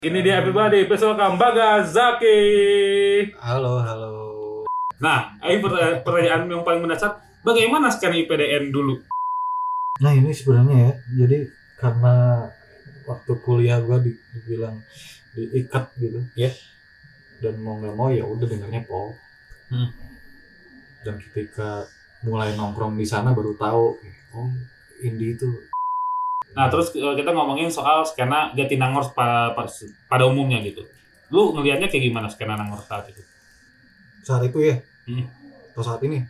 Ini dia everybody, please welcome Bagas Zaki. Halo. Nah, ini pertanyaan yang paling mendasar, bagaimana sekarang IPDN dulu? Nah ini sebenarnya ya, jadi karena waktu kuliah gua dibilang diikat gitu, Ya. dan mau nggak mau ya udah dengarnya pop. Dan ketika mulai nongkrong di sana baru tahu, oh indie itu. Nah, terus kita ngomongin soal skena Jatinangor pada umumnya gitu. Lu ngelihatnya kayak gimana skena Nangor saat itu? Saat itu ya, atau saat ini?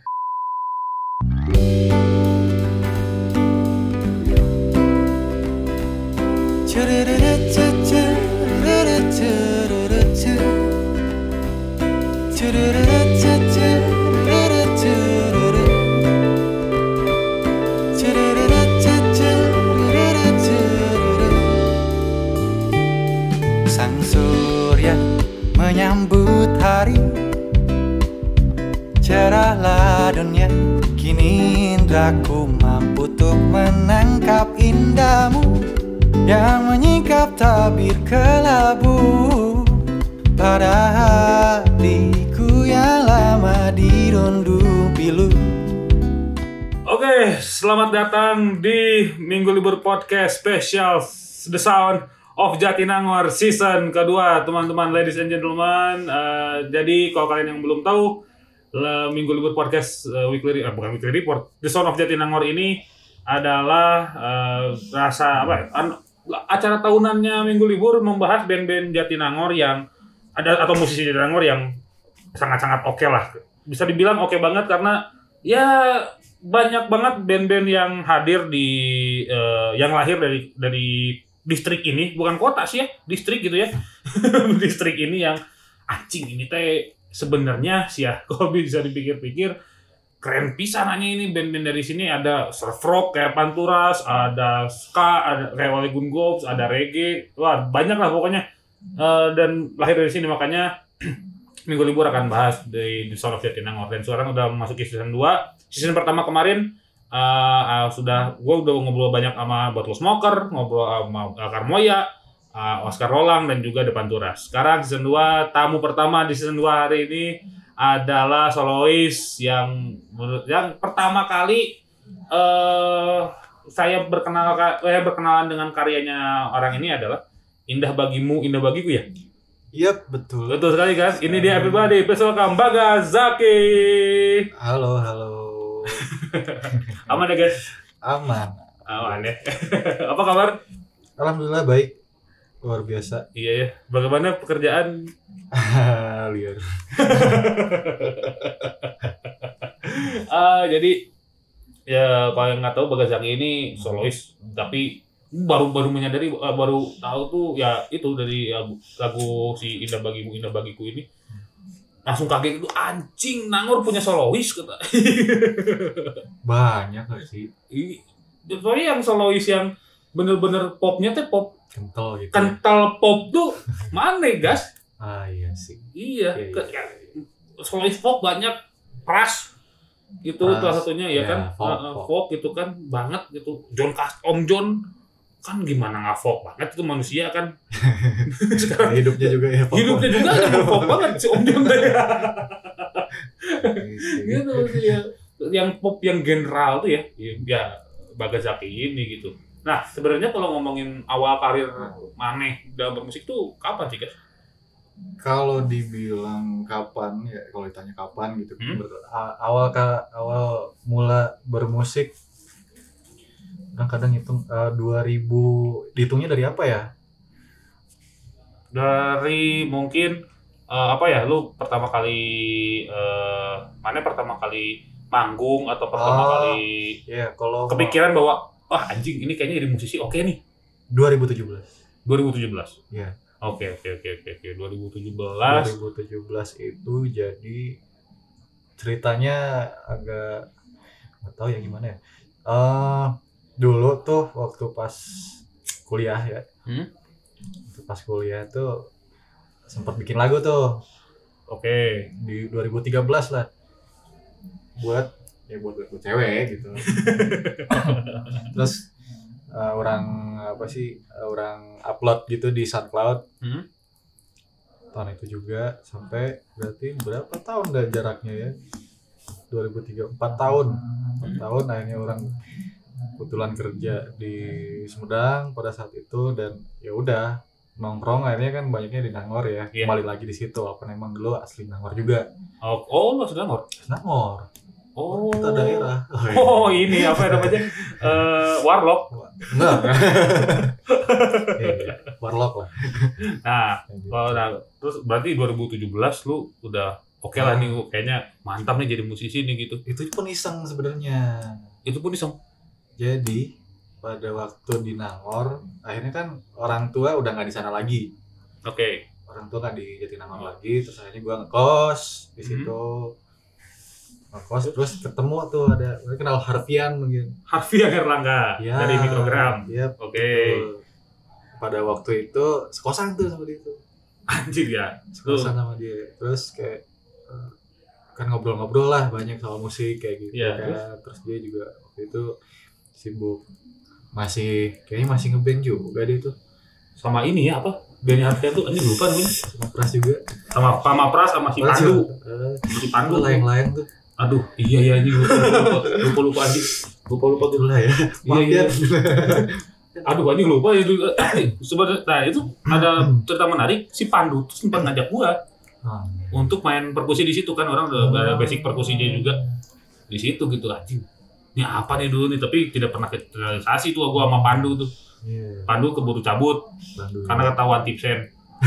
Sang surya menyambut hari, cerahlah dunia. Kini indraku mampu untuk menangkap indahmu yang menyingkap tabir kelabu pada hatiku yang lama dirundung pilu. Oke, selamat datang di Minggu Libur Podcast Special The Sound of Jatinangor season kedua, teman-teman, ladies and gentlemen. Jadi kalau kalian yang belum tahu, Minggu Libur Podcast bukan weekly report, The Sound of Jatinangor ini adalah acara tahunannya Minggu Libur, membahas band-band Jatinangor yang ada atau musisi Jatinangor yang sangat-sangat oke lah. Bisa dibilang oke banget karena ya banyak banget band-band yang hadir di yang lahir dari distrik ini, bukan kota sih ya, distrik gitu ya. Distrik ini yang anjing ini teh sebenarnya sih ya, kalau bisa dipikir-pikir keren pisanannya ini band-band dari sini. Ada surf rock kayak Panturas, ada ska, ada kayak Wally Gun Gobs, ada reggae, wah banyak lah pokoknya. Dan lahir dari sini, makanya Minggu Libur akan bahas di Sound of Jatinangor. Dan sekarang udah memasuki season 2. Season pertama kemarin gue udah ngobrol banyak sama Bottle Smoker, ngobrol sama Karmoya, Oscar Rolang, dan juga The Panturas. Sekarang season 2, tamu pertama di season 2 hari ini adalah solois yang pertama kali saya berkenalan dengan karyanya orang ini adalah Indah Bagimu, Indah Bagiku ya? Iya betul. Betul sekali kan? Ini dia everybody, please welcome Bagas Zaki. Halo. Aman ya guys? Aman ya. Apa kabar? Alhamdulillah baik, luar biasa. Iya ya. Bagaimana pekerjaan? Liar. Jadi ya kalau yang nggak tahu, Bagas Zaki ini solois, tapi baru menyadari, baru tahu tuh ya itu dari lagu si Indah Bagimu, Indah Bagiku ini. Langsung kaget itu, anjing, Nangor punya solois kata. Banyak gak sih? Soalnya yang solois yang bener-bener popnya tuh pop Kental gitu. kental pop tuh mana gas? Iya sih. Iya. Solois pop banyak, Pras itu salah satunya ya kan, folk gitu kan banget gitu. Om John kan gimana nggak folk banget, itu manusia kan. Sekarang hidupnya juga ya folk. Hidupnya juga kan folk banget si Om John tadi. Gitu sih ya. Yang pop yang general tuh ya Bagas Zaki ini gitu. Nah, sebenarnya kalau ngomongin awal karir maneh dalam bermusik tuh kapan sih, guys? Kalau dibilang kapan ya, kalau ditanya kapan gitu, awal mula bermusik, kadang hitung 2000, dihitungnya dari apa ya? Dari mungkin lu pertama kali pertama kali manggung atau pertama kali kalau kepikiran bahwa wah anjing ini kayaknya jadi musisi oke nih. 2017. Iya. Oke. 2017 itu jadi ceritanya agak nggak tahu ya gimana ya. Dulu tuh waktu pas kuliah ya. Pas kuliah tuh sempat bikin lagu tuh. Oke. Di 2013 lah. Buat cewek gitu. Terus orang apa sih orang upload gitu di SoundCloud. Tahun itu juga sampai berarti berapa tahun dah jaraknya ya? 2003 4 tahun. 4 tahun akhirnya orang kebetulan kerja di Sumedang pada saat itu dan ya udah nongkrong akhirnya kan banyaknya di Nangor ya. Iya. Kembali lagi di situ walaupun emang dulu asli Nangor juga. Oh, lo sudah Nangor? Nangor. Oh. Kita daerah. Oh, ini apa namanya? Warlock. Enggak. Iya, warlock lah. Nah, Kayak gitu. kalau terus berarti 2017 lu udah oke lah nih, kayaknya mantap nih jadi musisi nih gitu. Itu pun iseng sebenarnya. Itu pun iseng. Jadi pada waktu di Nangor, akhirnya kan orang tua udah nggak di sana lagi. Oke. Orang tua nggak di Jatinangor lagi, terus akhirnya gua ngekos di situ. Ngekos terus ketemu tuh ada kenal Harfian mungkin. Harvey Erlangga Ya, dari Mikrogram. Iya. Oke. betul. Pada waktu itu sekosan tuh sama dia tuh. Anjir ya. Tuh. Sekosan sama dia. Terus kayak kan ngobrol-ngobrol lah banyak soal musik kayak gitu Iya, kan. Terus dia juga waktu itu sibuk kayaknya masih ngeband juga dia tuh. Sama ini ya apa? Benny Harvey tuh anjir lupa nih. Sama Pras juga. Sama Pras sama si Pandu. Si Pandu tuh. Layang-layang tuh. Aduh, iya anjing lupa anjing. Lupa tuh. Itulah ya. Maaf Iya. ya. Aduh anjing lupa ya dulu. Sebenarnya nah itu ada cerita menarik, si Pandu tuh sempat ngajak gua untuk main perkusi di situ kan, orang udah ada basic perkusinya juga di situ gitu anjing. Ini apa nih dulu nih, tapi tidak pernah realisasi tuh gua sama Pandu tuh. Iya. Pandu keburu cabut Bandung. karena ketahuan tipsen.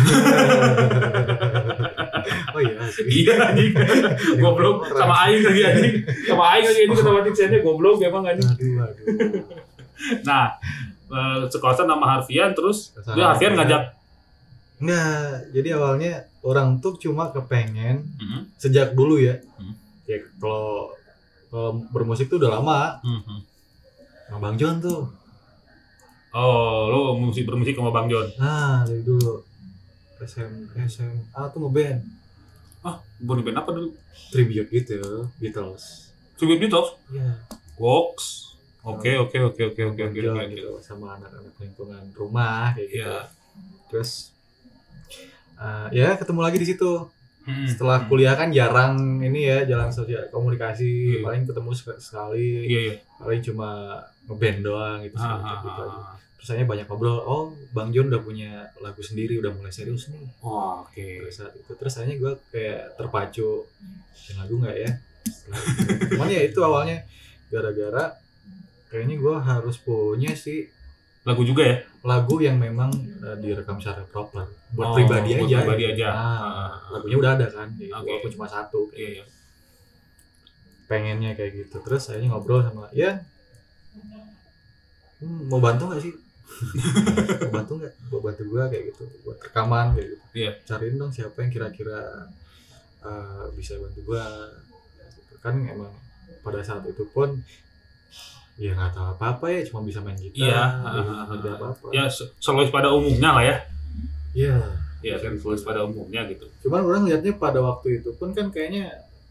Oh iya. Iya anjing. Goblok sama aing lagi anjing. Sama aing lagi ini ketahuan tipsennya goblok emang anjing. Aduh. Nah, sekosan sama Harfian terus dia Harfian ngajak. Enggak, jadi awalnya orang tuh cuma kepengen sejak dulu ya. Ya kalau bermusik tuh udah lama. Sama Bang John tuh. Oh, lo bermusik sama Bang John. Nah, dari dulu SMA tuh ngeband Ah, band apa dulu? tribute gitu, Beatles. Tribute Beatles. Iya. Vox. Oke. Bang John gitu sama anak-anak lingkungan rumah kayak gitu. Iya. Terus ya ketemu lagi di situ. Setelah Hmm. kuliah kan jarang ini ya, jarang sosial komunikasi, paling ketemu sekali. Iya. Paling cuma ngeband doang gitu gitu aja. Ah. Terus saya banyak ngobrol, oh Bang John udah punya lagu sendiri, udah mulai serius nih. Oh, oke. Pada saat itu terus akhirnya gue kayak terpacu bikin lagu nggak ya. Cuman ya itu awalnya gara-gara kayaknya gue harus punya sih Lagu juga ya? lagu yang memang direkam secara proper buat Oh, pribadi buat aja. pribadi gitu. aja. Nah, lagunya udah ada kan, gitu. Oke. Walaupun cuma satu. Iya. Pengennya kayak gitu. Terus akhirnya ngobrol sama ya mau bantu nggak sih? Mau bantu nggak? Mau bantu gue kayak gitu buat rekaman kayak gitu. Iya. Cariin dong siapa yang kira-kira bisa bantu gue. Kan emang pada saat itu pun ya nggak tahu apa-apa ya, cuma bisa main gitar. Iya. Nggak ada apa-apa. Ya, solois pada umumnya lah ya. Iya. Iya kan, solois pada umumnya gitu. Cuman orang lihatnya pada waktu itu pun kan kayaknya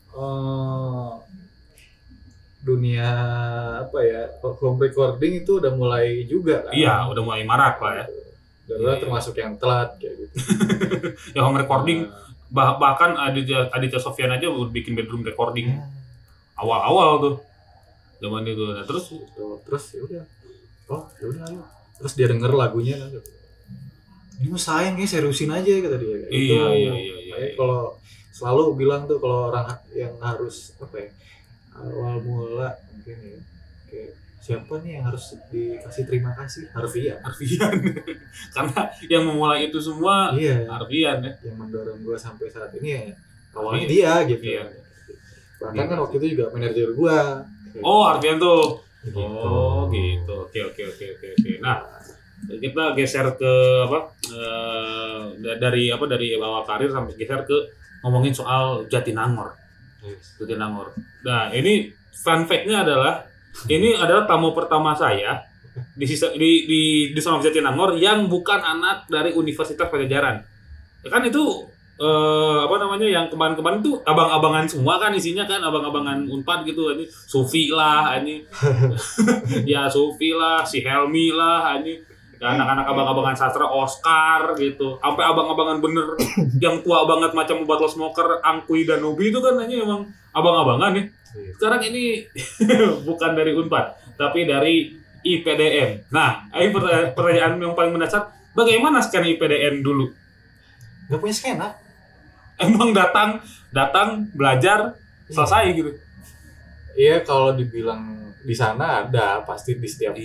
dunia apa ya, home recording itu udah mulai juga kan. Iya, udah mulai marak lah ya. Dan Iya. orang termasuk yang telat kayak gitu. Ya home recording bahkan Aditya Sofyan aja udah bikin bedroom recording awal-awal tuh. Zaman itu. Nah, terus Terus ya udah. Oh, ya udah ayo. Terus dia denger lagunya kan. Ini mah sayang nih, seriusin aja kata dia. Kayak gitu. Iya. Kayak kalau selalu bilang tuh kalau orang yang harus apa ya, awal mula mungkin ya, kayak siapa nih yang harus dikasih terima kasih? Harfian. karena yang memulai itu semua Iya. Harfian ya. Yang mendorong gue sampai saat ini ya awalnya dia gitu. Iya. Bahkan kan waktu itu juga manajer gue. Oh, Harfian tuh. Gitu. Oh, gitu. Oke. Nah, kita geser ke apa? Dari awal karir sampai geser ke ngomongin soal Jatinangor. Yes. Jatinangor. Nah, ini fun fact-nya adalah ini adalah tamu pertama saya di Son of Jatinangor yang bukan anak dari Universitas Pajajaran. Ya kan itu apa namanya yang kemarin-kemarin tuh abang-abangan semua kan isinya kan abang-abangan Unpad gitu ini Sufi lah ini ya Sufi lah si Helmi lah ini anak-anak abang-abangan sastra Oscar gitu sampai abang-abangan bener yang tua banget macam Butler Smoker Angkui dan Nobi itu kan hanya emang abang-abangan ya sekarang ini bukan dari Unpad tapi dari IPDN. Nah ini pertanyaan yang paling mendasar bagaimana skena IPDN dulu? Gak punya skena. Emang datang belajar selesai gitu. Iya kalau dibilang di sana ada pasti di setiap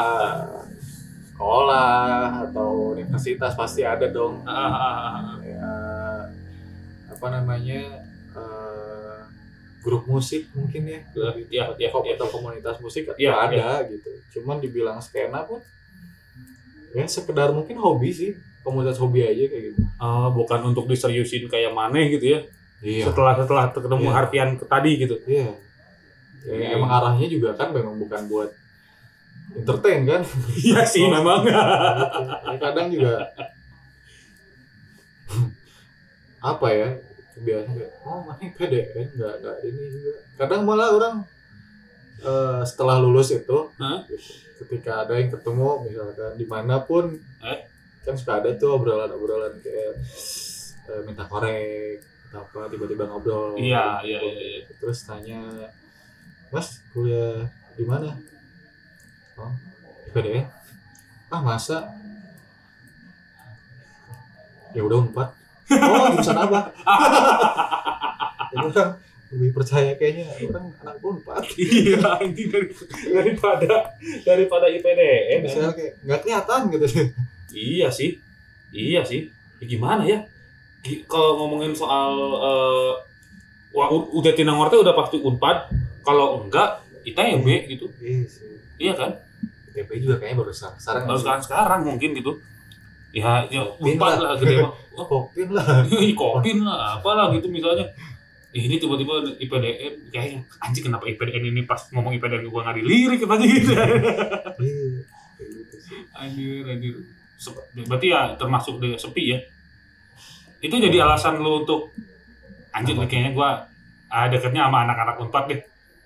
sekolah atau universitas pasti ada dong. Ya, apa namanya grup musik mungkin ya. Atau komunitas musik ada gitu. Cuman dibilang skena pun ya sekedar mungkin hobi sih. Komunitas hobi aja kayak gitu. Bukan untuk diseriusin kayak Maneh gitu ya. Iya. Setelah ketemu Harfian tadi gitu. Iya. Ya, emang arahnya juga kan memang bukan buat entertain kan. Iya sih memang. Ya, kadang juga apa ya biasanya Maneh PDN enggak ini juga. Kadang malah orang setelah lulus itu ketika ada yang ketemu misalkan dimanapun kan suka ada tuh obrolan kayak minta korek atau apa tiba-tiba ngobrol iya. terus tanya Mas kuliah di mana? Oh IPDN masa ya udah Unpad jurusan apa? Jadi orang lebih percaya kayaknya orang anak Unpad. Iya ini daripada IPDN misalnya kayak nggak kelihatan gitu. Iya sih. Ya, gimana ya? Kalau ngomongin soal udah Tinangor udah pasti Unpad. Kalau enggak ITB gitu. Iya kan? ITB juga kayaknya baru sekarang mungkin gitu. Ya Unpad lah gede mah. Kopin lah. Kopin lah apalah gitu misalnya. Ini tiba-tiba IPDN kayaknya anjing kenapa IPDN ini pas ngomong IPDN gua enggak dilirik apa gitu. Anjir. Berarti ya termasuk dia sepi ya. Itu jadi alasan lu untuk anjir kayaknya gua dekatnya sama anak-anak Unpad deh.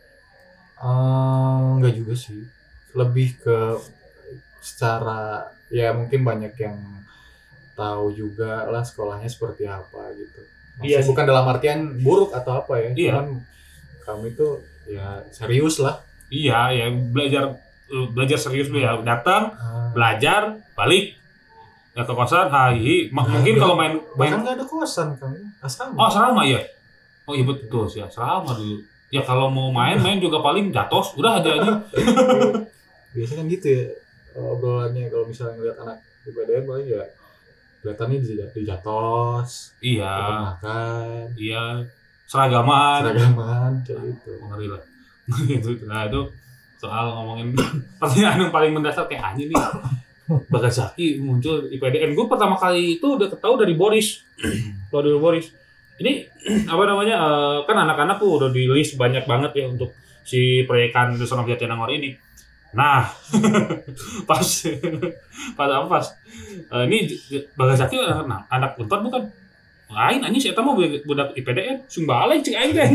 Enggak juga sih. Lebih ke secara ya mungkin banyak yang tahu juga lah sekolahnya seperti apa gitu. Maksudnya bukan dalam artian buruk atau apa ya. Cuman kami itu ya serius lah. Iya, ya belajar serius lu ya. Datang, belajar, balik. Ya ke kosan, mungkin kalau main kan nggak ada kosan kan, asrama. Oh asrama ya, oh iya betul sih asrama dulu. Ya kalau mau main juga paling jatos, udah aja. Biasanya kan gitu ya obrolannya kalau misalnya ngeliat anak di PDN paling ya kelihatannya di jatos. Iya. Makan. Iya. Seragaman kayak gitu. Ngeri lah. Nah itu soal ngomongin pertanyaan yang paling mendasar kayak anjing nih. Bagasaki muncul IPDN. Gue pertama kali itu udah ketahui dari Boris. Dari Boris. Ini apa namanya? Kan anak-anak tuh udah di list banyak banget ya untuk si proyekan The Son of Jatinangor ini. Nah, pas ini Bagasaki anak Unpad bukan? Lain anjing saya mau budak IPDN, sing balik cik aing teh.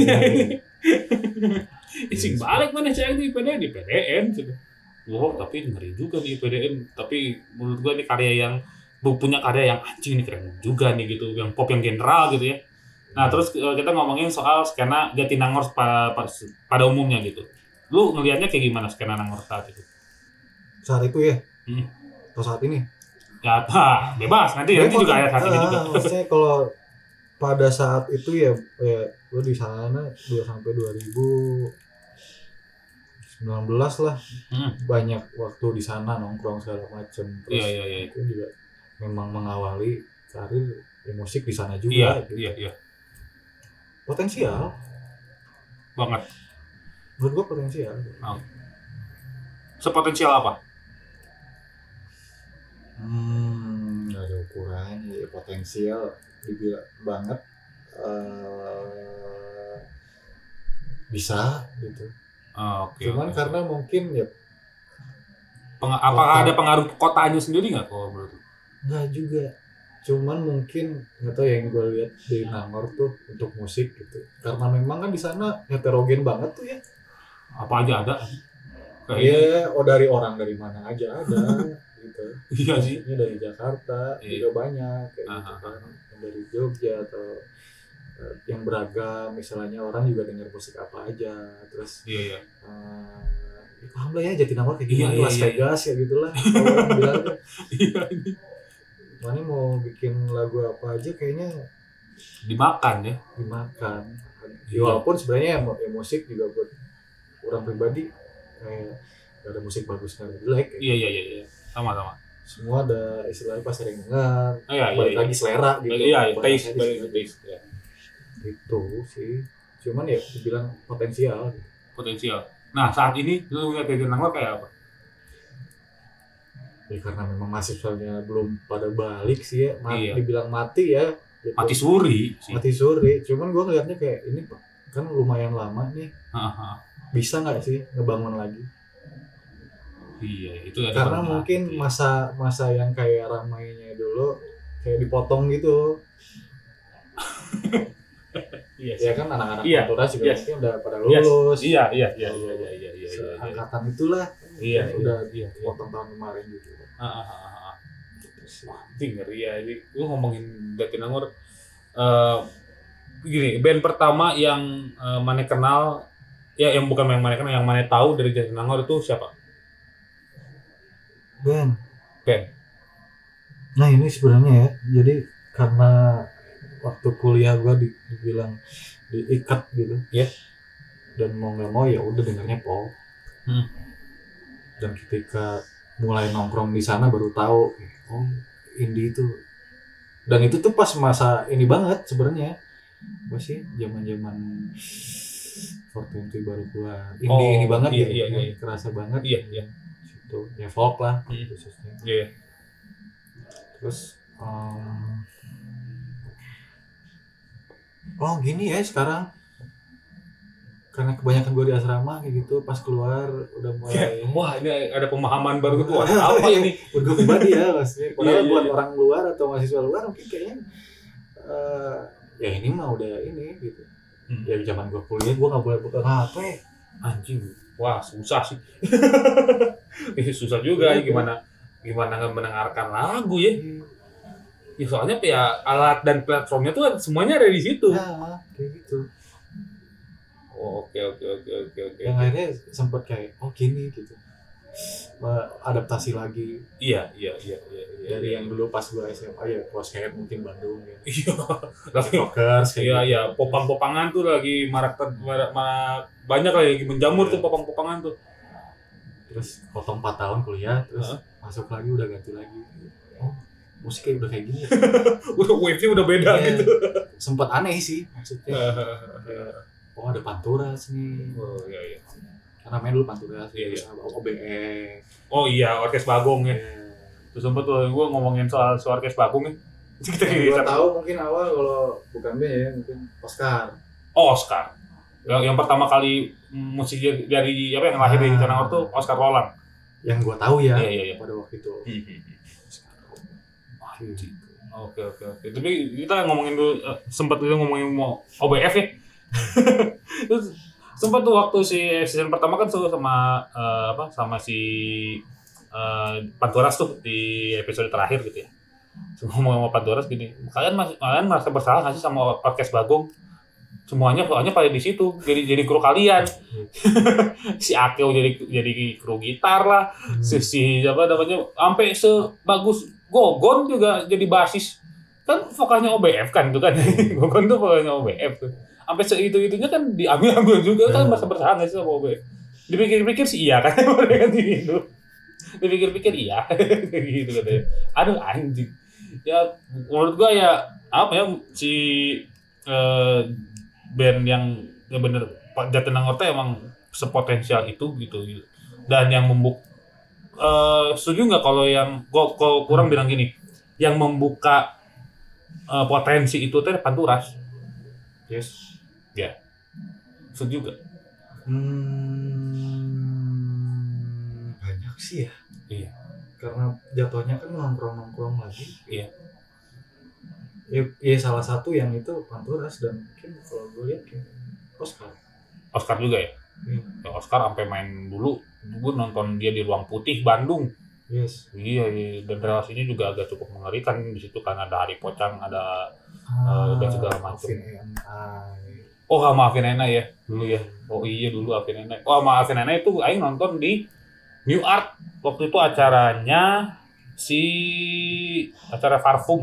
Sing balik mana cik aing di IPDN. Wow, tapi ngeri juga nih IPDN. Tapi menurut gua ini punya karya yang anjing nih keren juga nih gitu, yang pop yang general gitu ya. Nah, terus kita ngomongin soal skena Jatinangor pada umumnya gitu. Lu ngelihatnya kayak gimana skena Nangor saat itu? Saat itu ya? Atau saat ini? Ya, bebas. Nanti juga ada saat ini juga. Maksudnya kalau pada saat itu ya gue di sana 2 sampai 2019 lah. Banyak waktu di sana nongkrong segala macem. Terus itu juga memang mengawali karir musik di sana juga. Iya. Potensial banget. Menurut gue potensial. Sepotensial apa? Nggak ada ukurannya ya, potensial dibilang banget bisa gitu. Cuman karena mungkin ya apakah ada pengaruh kotanya sendiri nggak kalau menurut? Nggak juga. Cuman mungkin nggak tahu ya, yang gue lihat di Nangor tuh untuk musik gitu, karena memang kan di sana heterogen banget tuh ya. Apa aja ada. Kayak Iya, dari orang dari mana aja ada gitu. Iya sih. Maksudnya dari Jakarta juga banyak kayak gitu Aha. kan. Yang dari Jogja atau yang beragam, misalnya orang juga dengar musik apa aja. Terus Iya. paham lah ya Jatinangor kayak Iya, gimana, iya, Las iya. Vegas ya gitulah. Kalau orang bilang tuh, Iya. mana mau bikin lagu apa aja kayaknya Dimakan ya. dimakan. Iya. Walaupun sebenarnya ya musik juga buat orang pribadi gak ada musik bagus gak ada jelek. Iya. Sama. Semua ada istilahnya pas sering dengar. Iya. Balik lagi selera gitu. Iya, Bahasanya taste. di situ aja. Ya. Itu sih. Cuman ya dibilang potensial. Potensial. Nah, saat ini lu lihat Jatinangor kayak apa? Ya karena memang mahasiswanya belum pada balik sih ya. Iya. Dibilang mati ya. Gitu. Mati suri sih. Mati suri. Cuman gue ngeliatnya kayak ini kan lumayan lama nih. Haha. Bisa nggak sih ngebangun lagi? Iya, itu ada Karena pernah, mungkin gitu ya. masa yang kayak ramainya dulu kayak dipotong gitu. Iya Ya kan anak-anak Iya. Pantura juga Yes. mungkin udah pada lulus. Iya. Angkatan itulah Iya. udah potong tahun kemarin gitu. Wah, ngeri ya. Ini lu ngomongin Jatinangor, gini, band pertama yang Mane kenal, ya yang bukan yang Mane kenal, yang Mane tahu dari Jatinangor itu siapa? Ben. Ben. Nah ini sebenarnya ya, jadi karena waktu kuliah gua dibilang diikat gitu, Ya. dan mau nggak mau ya udah dengarnya pop. Dan ketika mulai nongkrong di sana baru tahu, oh indie itu. Dan itu tuh pas masa ini banget sebenarnya, apa sih zaman-zaman 420 baru keluar, indie ini banget iya, ya, iya. kerasa banget. Iya. Situ ya folk lah khususnya. Iya. Terus oh gini ya sekarang, karena kebanyakan gue di asrama kayak gitu, pas keluar udah mulai Wah, ini ada pemahaman baru gitu. Wah, apa ini? buat gue pribadi ya maksudnya. Padahal Iya. buat orang luar atau mahasiswa luar mungkin kayaknya ya ini mah udah ini gitu. Ya zaman gue kuliah gue nggak boleh buka HP. Anjing. Wah, susah sih. Susah juga ya, gimana nggak mendengarkan lagu ya. Ya soalnya ya alat dan platformnya tuh semuanya ada di situ. Nah, kayak gitu. Oh, oke. Yang akhirnya sempet kayak oh gini gitu. Adaptasi lagi Iya. dari yang dulu pas gue SMA ya Crosshead mungkin Bandung ya. Iya. Lagi Rockers kayak gitu. iya, popang-popangan tuh lagi marak banyak lagi menjamur tuh popang-popangan tuh. Terus potong 4 tahun kuliah terus masuk lagi udah ganti lagi. Oh, musiknya udah kayak gini. Wave-nya udah beda Iya. gitu. Sempet aneh sih maksudnya. Kayak, oh ada Panturas nih. Oh iya. Karena main dulu Panturas, Iya. OBE. Oh iya, Orkes Bagong ya. Ya. Terus sempet tuh gue ngomongin soal Orkes Bagong ya. Kita Yang gue tahu mungkin awal kalau bukan band ya mungkin Oscar. Oscar. Yang pertama kali musik dari apa yang lahir dari Jatinangor tuh Oscar Roland. Yang gue tahu ya Iya. pada waktu itu. Oke. Tapi kita ngomongin dulu, sempat kita ngomongin mau OBF ya. Terus sempat tuh waktu si season pertama kan sama si Panturas tuh di episode terakhir gitu ya. Ngomong sama Panturas gini, kalian merasa bersalah nggak sih sama podcast Bagong? Semuanya soalnya pada di situ, jadi kru kalian. Si Akeo jadi kru gitar lah, si apa namanya, sampai sebagus Gogon juga jadi basis. Kan vokalnya OBF kan itu kan. Gogon tuh vokalnya OBF tuh. Sampai segitu-itunya kan diambil juga kan, merasa bersalah nggak sih sama OBF? Dipikir-pikir sih iya kan, mereka di itu. Dipikir-pikir iya, gitu katanya. Aduh anjing. Ya menurut gua ya apa ya si band yang bener Jatinangor teh emang sepotensial itu gitu. Dan yang setuju nggak kalau yang kalau kurang bilang gini, yang membuka potensi itu teh Panturas. Yes. Ya. Setuju nggak? Banyak sih ya. Iya. Karena jatuhnya kan nongkrong lagi. Iya. Ya salah satu yang itu Panturas dan mungkin kalau gue lihat kayak Oscar juga ya. Ya, Oscar sampai main dulu, gue nonton dia di Ruang Putih Bandung. Yes. Iya, dan relasinya juga agak cukup mengerikan di situ kan, ada Hari Pocang, ada dan segala macam. Oh, sama Afin Ena ya dulu ya. Oh iya dulu Afin Ena. Oh, sama Afin Ena itu aing nonton di New Art waktu itu acaranya acara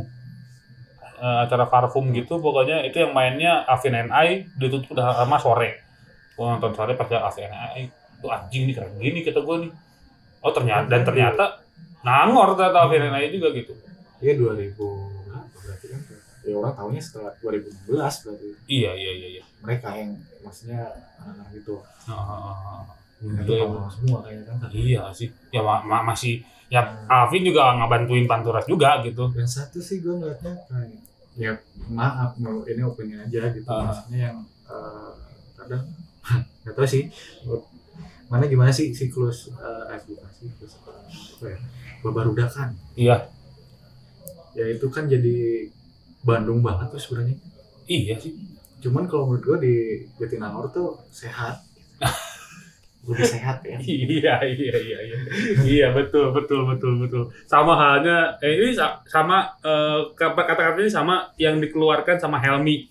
Parfum gitu, pokoknya itu yang mainnya Afin Ena ditutup udah lama sore. Gua nonton sore pas Afin Ena itu anjing nih keren gini kata gue nih. Oh ternyata nangor ternyata Afin Ena juga gitu. Iya 2000 berarti kan. Ya orang tahunya setelah 2016 berarti. Iya. Mereka yang maksudnya anak-anak itu. Itu tahu semua kayaknya kan. Iya sih. Ya masih ya Alvin juga ngebantuin Panturas juga gitu. Dan satu sih gue ngeliatnya kayak ya maaf ini opini aja gitu. Maksudnya yang kadang nggak tahu sih mana gimana sih siklus siklus apa ya babarudakan. Iya. Ya itu kan jadi Bandung banget tuh sebenarnya. Iya sih. Cuman kalau menurut gue di Jatinangor tuh sehat. Lebih sehat ya. Iya betul. Sama halnya ini sama kata-kata ini sama yang dikeluarkan sama Helmi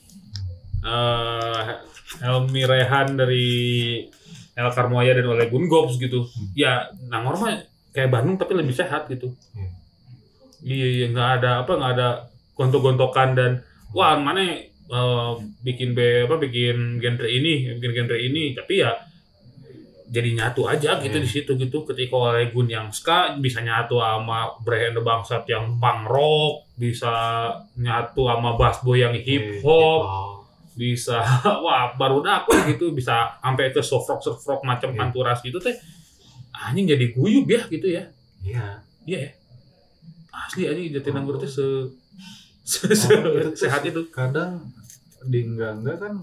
Rehan dari El Karmoya dan oleh Gungops gitu. Ya Nangor mah kayak Bandung tapi lebih sehat gitu. Iya nggak ada gontok-gontokan dan wah mana bikin genre ini tapi ya jadi nyatu aja gitu di situ gitu. Ketika Olegun yang ska bisa nyatu sama Brand Bangsat yang punk rock, bisa nyatu sama Bass Boy yang hip hop, bisa wah baru aku gitu bisa sampai ke soft rock macam Panturas gitu teh anjing jadi guyub ya gitu ya. Iya ya. Asli anjing Jatinangor teh sehat itu. Kadang di enggak kan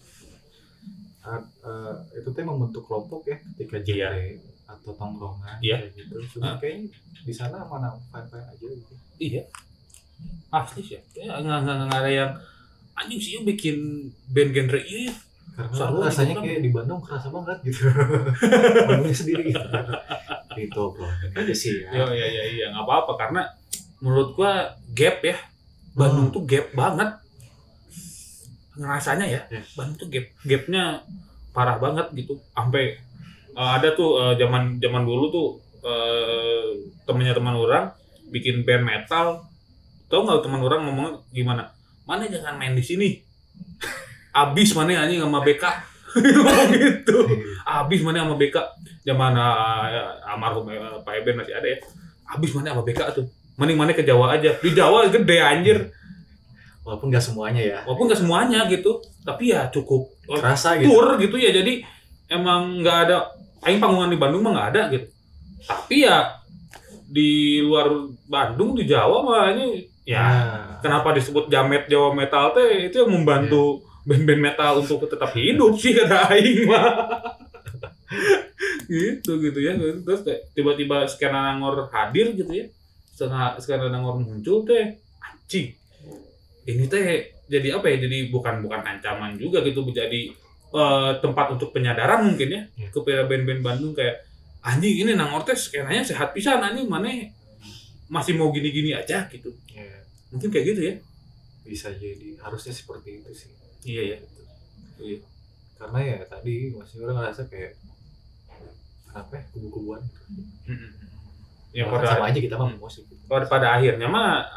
itu teh membentuk kelompok ya ketika genre atau tongkrongan kayak gitu. Cuma kayaknya di sana mana fine-fine aja gitu. Iya. Asli sih. Ya enggak ada yang anjing sih bikin band genre ini. Karena rasanya kayak di Bandung kerasa banget gitu. Bandungnya sendiri gitu. Itu bro, ini aja sih ya. Iya, enggak apa-apa karena menurut gua gap ya. Bandung tuh gap banget. Ngerasanya ya. Bandung tuh gapnya parah banget gitu. Sampai ada tuh zaman dulu tuh teman orang bikin band metal. Tahu enggak teman orang ngomong gimana? Mana jangan main di sini. Abis mana anjing sama BK. Gitu. Abis mana sama BK. Zaman almarhum Pak Eben masih ada ya. Abis mana sama BK tuh. Mending mana ke Jawa aja. Di Jawa gede anjir. Walaupun nggak semuanya gitu. Tapi ya cukup kerasa gitu. Tour gitu ya. Jadi emang nggak ada. Aing panggungan di Bandung mah nggak ada gitu. Tapi ya di luar Bandung di Jawa mah ini ya kenapa disebut Jamet Jawa Metal teh itu yang membantu band-band metal untuk tetap hidup sih kata Aing mah. gitu ya. Terus kayak tiba-tiba skena Nangor hadir gitu ya. Skena Nangor muncul teh anjing. Ini teh jadi apa ya? Jadi bukan ancaman juga gitu, jadi tempat untuk penyadaran mungkin ya kepada band-band Bandung kayak anjing ini Nangor teh skenanya sehat pisan anjing mana masih mau gini-gini aja gitu. Mungkin kayak gitu ya. Bisa jadi harusnya seperti itu sih. Iya. Karena ya tadi masih orang ngerasa kayak apa ya kubu-kubuan. Ya sama aja kita mah musik. Pada akhirnya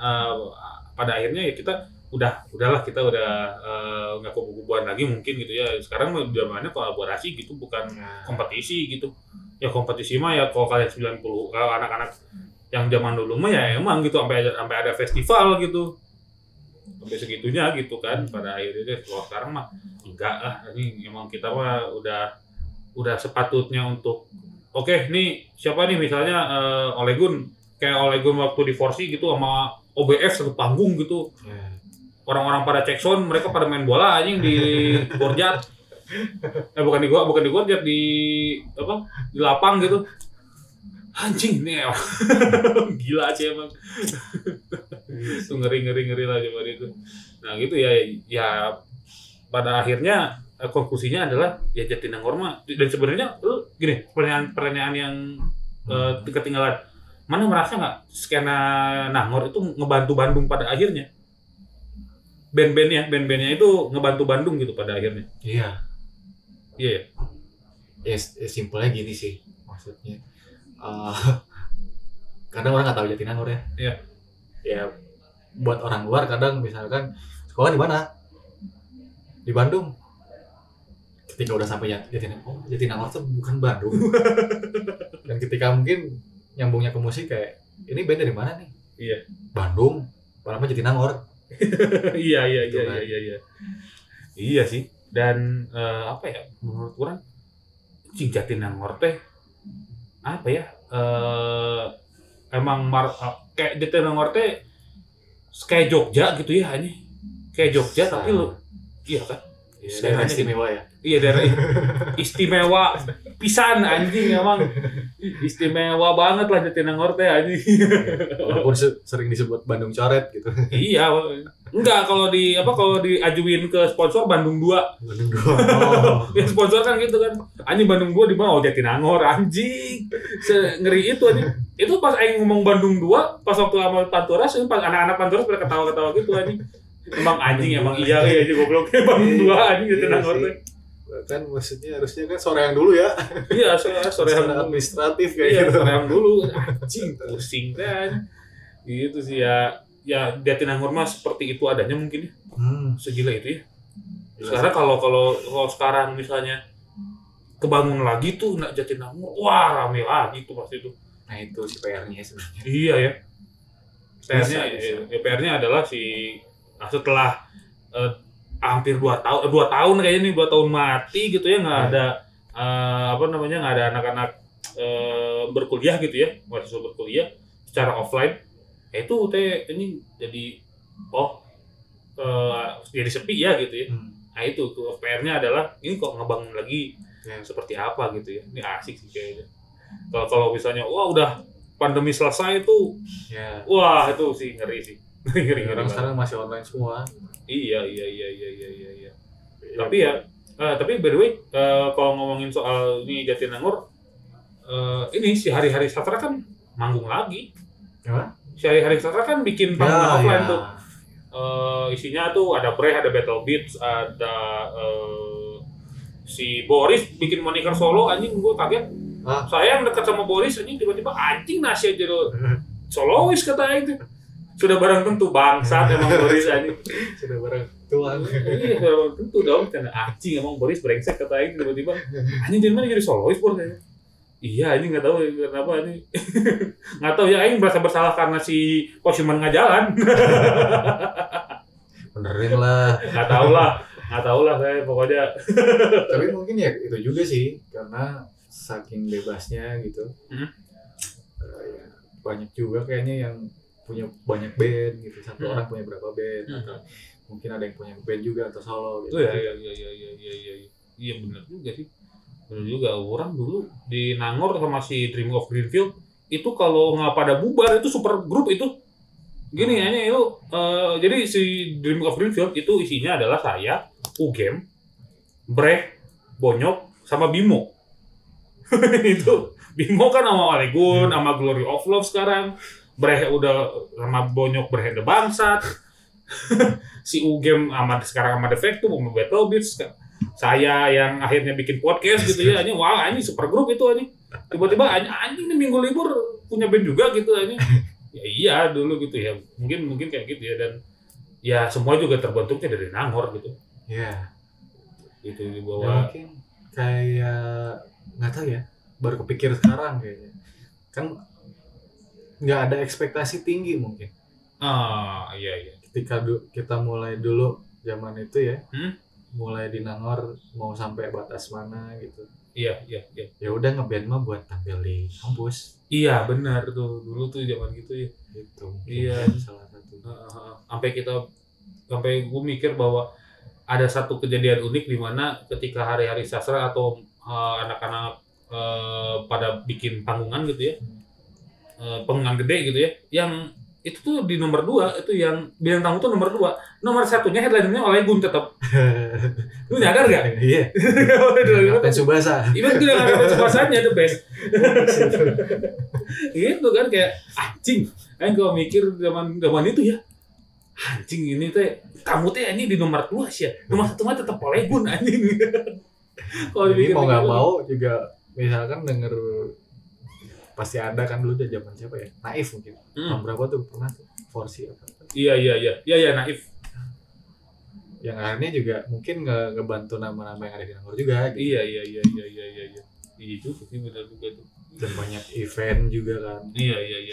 ya kita udahlah kita udah nggak kubu-kubuan lagi mungkin gitu ya. Sekarang zamannya kolaborasi gitu bukan kompetisi gitu. Ya kompetisi mah ya kalau kalian 90 kalau anak-anak yang zaman dulu mah ya emang gitu sampai ada festival gitu. Sampai segitunya gitu kan pada akhirnya. Kalau sekarang mah enggak lah, ini emang kita mah udah sepatutnya untuk oke, nih siapa nih misalnya Olegun waktu di Forsi gitu sama OBF satu panggung gitu. Orang-orang pada cek sound, mereka pada main bola anjing di Gorjat. Bukan di Gorjat di lapang gitu. anjing ini ya. Gila sih emang. Itu ngeri lah coba itu. Nah gitu ya pada akhirnya konklusinya adalah ya Jatinangor mah, dan sebenarnya gini, pertanyaan yang ketinggalan. Mana merasa nggak skena Nangor itu ngebantu Bandung pada akhirnya? Band-bandnya itu ngebantu Bandung gitu pada akhirnya. Iya. Iya. Ya simpelnya gini sih maksudnya. Kadang orang nggak tahu Jatinangor ya. Iya. Ya buat orang luar kadang misalkan sekolah di mana? Di Bandung. Ketika udah sampai Jatinangor tuh bukan Bandung. Dan ketika mungkin nyambungnya ke musik kayak ini band dari mana nih? Iya. Bandung. Padahal mah Jatinangor. Iya. Iya sih. Dan apa ya? Menurut orang Jatinangor teh apa ya? Emang kayak Jatinangor teh kayak Jogja gitu ya ini. Kayak Jogja tapi lu iya kan? Daerah istimewa ya. Iya daerah istimewa pisan anjing emang. Istimewa banget lah Jatinangor teh anjing. Walaupun sering disebut Bandung coret gitu. Iya, enggak kalau diajuin ke sponsor Bandung 2. Bandung 2. Oh. Ya sponsor kan gitu kan. Anjing Bandung 2 di mana? Oh Jatinangor anjing. Ngeri itu anjing. Itu pas aing ngomong Bandung 2, pas waktu sama Panturas, pas anak-anak Panturas pada ketawa-ketawa gitu anjing. Emang anjing emang iya aja gobloknya Bandung 2 anjing Jatinangor teh. Kan maksudnya harusnya kan sore yang dulu ya. Iya, sore yang administratif kayak iya, gitu. Sore yang dulu anjing pusing kan. Gitu sih ya. Ya Jatinangor mah seperti itu adanya mungkin ya. Segila itu ya. Sekarang kalau sekarang misalnya kebangun lagi tuh nak Jatinangor, wah rame lagi tuh pasti tuh. Nah itu si PR-nya sebenarnya. Iya ya. PR-nya adalah setelah hampir 2 tahun kayaknya nih 2 tahun mati gitu ya, nggak ada nggak ada anak-anak berkuliah gitu ya, mahasiswa berkuliah secara offline. Itu ini jadi jadi sepi ya gitu ya. Nah itu tuh PR-nya adalah ini kok ngebangun lagi seperti apa gitu ya. Ini asik sih kayaknya. Kalau misalnya udah pandemi selesai tuh, wah itu sih ngeri sih. Orang sekarang masih online semua. Iya. Tapi by the way, kalau ngomongin soal ini Jatinangor, ini si Hari-Hari Sastra kan manggung lagi. Apa? Si Hari-Hari Sastra kan bikin panggung offline tuh. Isinya tuh ada Breh, ada Battle Beats, ada si Boris bikin moniker solo, anjing gue kaget. Saya yang dekat sama Boris, anjing tiba-tiba anjing nasi aja lo solois kata itu. Sudah barang tentu bangsat emang Boris anjing. Sudah barang tuan. Iya, sudah tentu dong. Karena anjing emang Boris brengsek kata itu tiba-tiba. Anjing dari mana jadi solois Boris kayaknya. Iya, anjing enggak tahu kenapa ini. Enggak tahu ya, aing merasa bersalah karena si Kosiman enggak jalan. Benerin lah. Enggak tahu lah saya pokoknya. Tapi mungkin ya itu juga sih karena saking bebasnya gitu. Banyak juga kayaknya yang punya banyak band gitu, satu orang punya berapa band atau mungkin ada yang punya band juga atau solo gitu. Iya benar juga sih. Benar juga, orang dulu di Nangor sama si Dream of Greenfield itu kalau nggak pada bubar itu super grup itu. Gini hanya itu jadi si Dream of Greenfield itu isinya adalah saya, Ugem, Breh, Bonyok sama Bimo. Itu Bimo kan sama Alegun, sama Glory of Love sekarang. Breh udah sama Bonyok berhende bangsat. Si Ugem sekarang sama Defectum, sama Battle Beats. Saya yang akhirnya bikin podcast gitu ya. Ini super grup itu anjing. Tiba-tiba anjing ini minggu libur punya band juga gitu anjing. Ya iya dulu gitu ya. Mungkin kayak gitu ya, dan ya semua juga terbentuknya dari Nangor gitu. Iya. Itu di bawah. Mungkin kayak nggak tahu ya. Baru kepikir sekarang kayaknya. Kan nggak ada ekspektasi tinggi mungkin. Iya. Ketika kita mulai dulu zaman itu ya, mulai di Nangor mau sampai batas mana gitu. Iya. Ya udah ngeband mah buat tampil di kampus. Iya benar tuh, dulu tuh zaman gitu ya. Gitu. Iya. Salah satu. Sampai gue mikir bahwa ada satu kejadian unik di mana ketika Hari-Hari Sastra atau anak-anak pada bikin panggungan gitu ya. pengumuman gede gitu ya, yang itu tuh di nomor 2 itu yang bintang tamu tuh nomor 2, nomor 1-nya headliner-nya oleh Gun tetap. Lu nyadar gak? Iya. Kapten Tsubasa. Itu udah nggak ada Tsubasanya the best. Gitu kan kayak anjing. Kan kalau mikir zaman itu ya, anjing ini teh kamu teh ini di nomor 2 sih ya. Nomor 1 mah tetap oleh Gun anjing. Kalau Jadi mau nggak mau juga misalkan denger pasti ada kan dulu tuh zaman siapa ya? Naif mungkin. Tahun berapa tuh pernah tuh? Forsi apa? Iya Naif. Yang akhirnya juga mungkin ngebantu nama-nama yang ada di Nangor juga gitu. Iya. Itu sih benar juga tuh. Dan banyak event juga kan. Iya.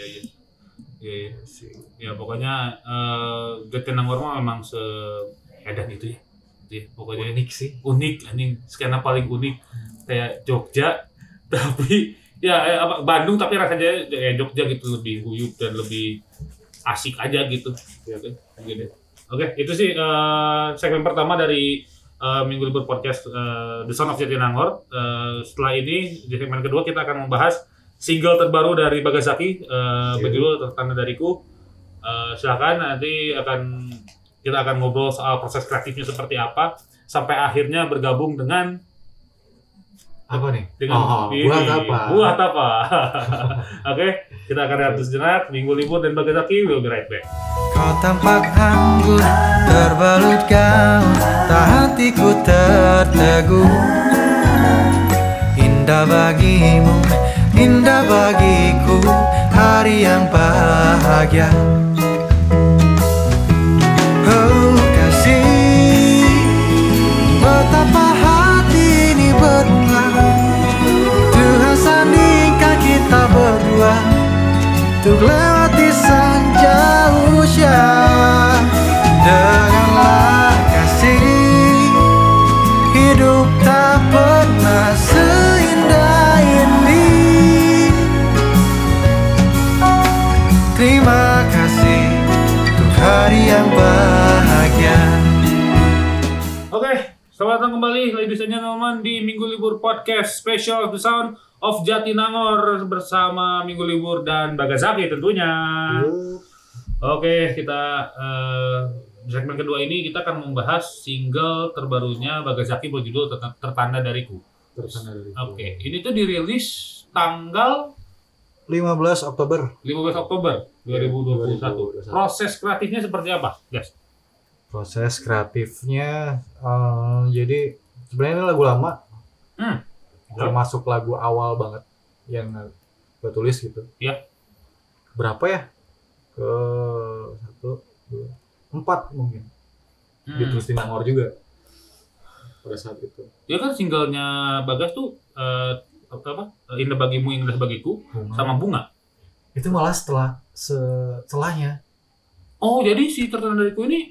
Ya pokoknya Getih Nangor mah memang seedan itu ya. Iya, pokoknya unik sih. Unik anjing, skena paling unik kayak Jogja tapi ya Bandung tapi rasanya kayak Jogja gitu, lebih guyup dan lebih asik aja gitu. Ya kan? Gitu. Oke, itu sih segmen pertama dari Minggu Libur Podcast The Sound of Jatinangor. Setelah ini di segmen kedua kita akan membahas single terbaru dari Bagasaki berjudul Tertanda Dariku. Silakan nanti kita akan ngobrol soal proses kreatifnya seperti apa sampai akhirnya bergabung dengan apa nih? Dengan buah tapa. Oke, kita akan lihat sejenak. Minggu Libur dan Bagasaki will be right back. Kau tampak anggun, terbalut gaun, tak hatiku tertegun. Indah bagimu, indah bagiku, hari yang bahagia. Oh kasih, betapa hati ini berbunga. Tuhan sandingkan kita berdua untuk lewati senja usia. Denganlah kasih, hidup tak pernah seindah ini. Terima kasih untuk hari yang bahagia. Oke, selamat datang kembali ladies and gentlemen di Minggu Libur Podcast Special The Sound of Jatinangor bersama Minggu Libur dan Bagasaki tentunya. Oke, kita segmen kedua ini kita akan membahas single terbarunya Bagasaki berjudul Tertanda Dariku. Oke, ini tuh dirilis tanggal 15 Oktober 2021. Proses kreatifnya seperti apa, guys? Proses kreatifnya jadi sebenarnya ini lagu lama. Termasuk lagu awal banget yang gue tulis gitu. Iya. Berapa ya? Ke 1, 2, 4 mungkin. Ditulis di Nangor juga pada saat itu. Ya kan singlenya Bagas tuh Indah Bagimu Indah Bagiku sama Bunga. Itu malah setelahnya. Oh, jadi si Tertanda Dariku ini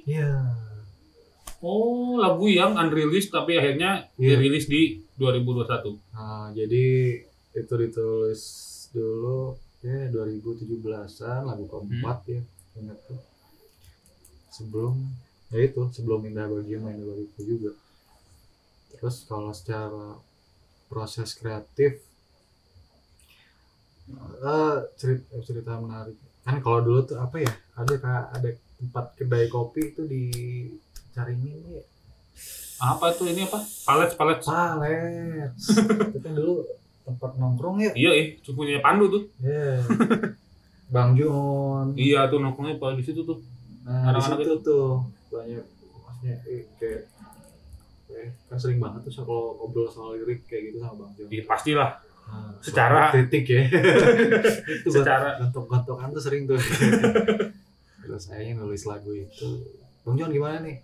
lagu yang unreleased tapi akhirnya dirilis di 2021. Nah, jadi itu ditulis dulu ya 2017-an, lagu keempat ya, ingat tuh. Sebelum Indah Bagimu Indah Bagiku juga. Terus kalau secara proses kreatif cerita menarik. Kan kalau dulu tuh apa ya? Ada tempat kedai kopi itu di Caringin ya. Apa tuh ini apa? Palets. Itu kan dulu tempat nongkrong ya. Iya, punya Pandu tuh. Iya. Bang Jun. Iya tuh nongkrongnya di situ tuh. Nah, di situ tuh banyak maksudnya kayak kan sering banget tuh kalau ngobrol soal lirik kayak gitu sama Bang Jun. Iya, pastilah. Nah, secara kritik ya. Itu secara gontok-gontokan tuh sering tuh. Terus saya nulis lagu itu. Bang Jun gimana nih?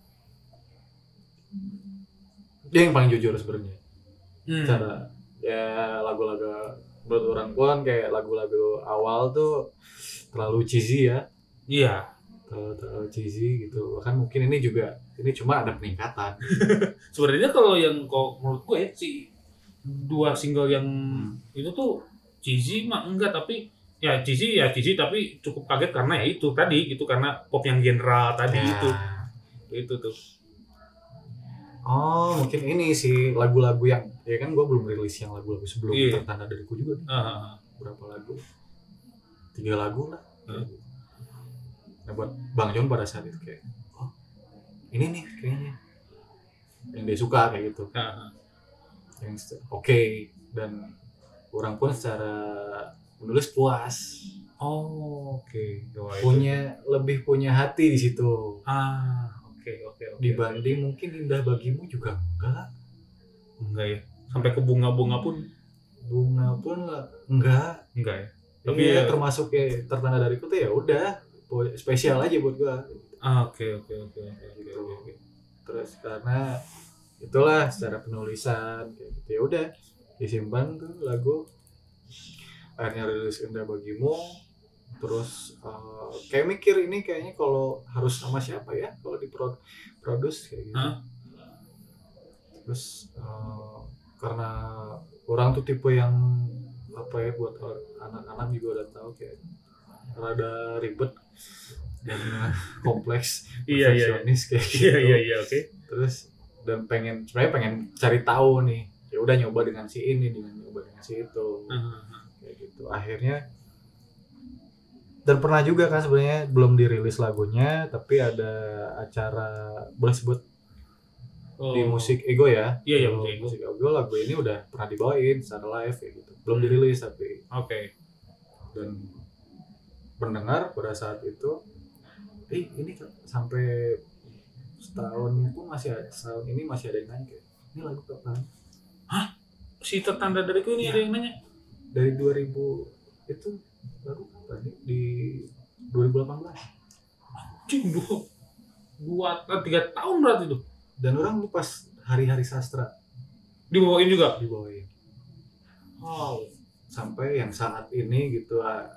Dia yang paling jujur sebenarnya. Cara ya lagu-lagu buat orang pun kayak lagu-lagu awal tuh terlalu cheesy ya. Iya. Terlalu cheesy gitu. Bahkan mungkin ini cuma ada peningkatan. Sebenarnya kalau menurut gue ya si 2 single yang itu tuh cheesy mah enggak, tapi ya cheesy tapi cukup kaget karena ya itu tadi gitu, karena pop yang general tadi itu tuh. Oh, mungkin ini sih lagu-lagu yang ya kan gue belum rilis yang lagu-lagu sebelum Tertanda Dariku juga. Berapa lagu? 3 lagu lah. Nah buat Bang Jon pada saat itu kayak, oh ini nih kayaknya yang dia suka kayak gitu. Yang oke. Dan orang pun secara menulis puas. Oh, oke. Lebih punya hati di situ. Oke. Dibanding mungkin Indah Bagimu juga enggak ya. Sampai ke bunga-bunga pun lah enggak ya. Tapi ya termasuk ya tertanda dariku tuh ya udah spesial aja buat gua. Oke. Terus karena itulah secara penulisan kayak gitu ya udah disimpan tuh lagu, akhirnya rilis Indah Bagimu. Terus kayak mikir ini kayaknya kalau harus sama siapa ya kalau diproduce kayak gitu. Terus karena orang tuh tipe yang apa ya, buat anak-anak juga udah tahu kayak rada ribet dan kompleks, perfeksionis kayak gitu. Iya, oke. Terus dan sebenarnya pengen cari tahu nih, ya udah nyoba dengan si ini, nyoba dengan si itu, kayak gitu. Akhirnya dan pernah juga kan sebenarnya belum dirilis lagunya, tapi ada acara boleh sebut di Musik Ego ya. Iya, Musik Ego lagu ini udah pernah dibawain secara live kayak gitu. Belum dirilis tapi. Oke. Dan pendengar pada saat itu, ini sampai setahun ini masih ada yang nanya kayak, ini lagu kapan? Hah? Si Tertanda Dariku ini ada yang nanya? Dari 2000 itu lagu kapan? Di 2018. Anjing, 3 tahun berarti tuh. Dan orang pas hari-hari sastra dibawain juga? Dibawain. Wow. Sampai yang saat ini gitu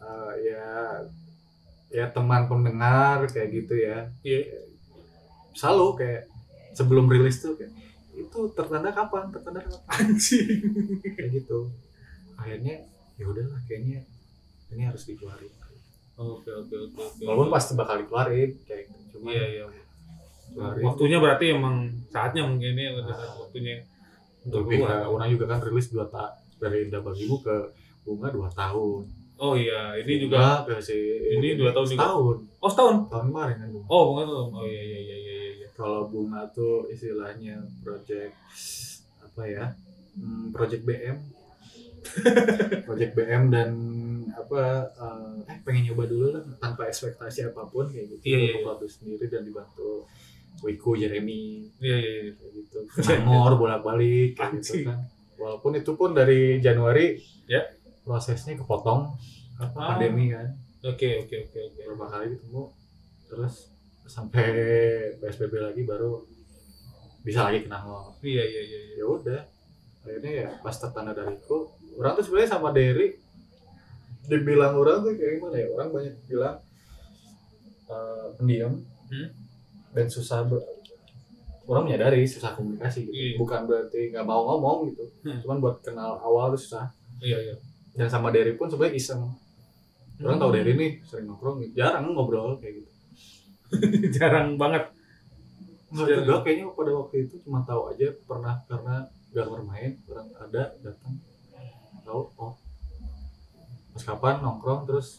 ya teman pendengar kayak gitu ya. Iya. Selalu kayak sebelum rilis tuh kayak, itu tertanda kapan? Anjing. Kayak gitu. Akhirnya ya udahlah kayaknya ini harus dikeluarin. Oke. Walaupun pasti bakal dikeluarin kayak gitu. Cuma iya. Waktunya berarti emang saatnya mungkin ini waktunya. Lebih orang juga kan rilis 2 tahun dari Indah Bagimu ke Bunga 2 tahun. Oh iya, ini juga ini 2 tahun juga. Setahun. Oh, setahun. Tahun kemarin kan. Oh, Bunga tuh. Oh iya. Kalau Bunga tuh istilahnya project apa ya? Project BM. Project BM dan apa pengen nyoba dulu lah tanpa ekspektasi apapun kayak gitu. Iya. Produksi sendiri dan dibantu Wiku, Jeremy. Iya. Kayak gitu. Nangor bolak-balik kayak gitu kan. Walaupun itu pun dari Januari ya prosesnya kepotong pandemi kan. Oke. Beberapa kali ketemu terus sampai PSBB lagi baru bisa lagi ke Nangor. Iya. Ya udah. Akhirnya ya pas Tertanda Dariku, orang tuh sebenarnya sama Derry dibilang orang tuh kayak gimana ya? Orang banyak bilang pendiam dan susah orang menyadari susah komunikasi gitu. Bukan berarti nggak mau ngomong gitu. Cuman buat kenal awal tuh susah. Iya. Dan sama Derry pun sebenarnya iseng. Orang tahu Derry nih sering nongkrong, jarang ngobrol kayak gitu. Jarang banget. Nggak juga kayaknya pada waktu itu cuma tahu aja pernah karena Garmer main, orang ada datang tahu pas kapan nongkrong terus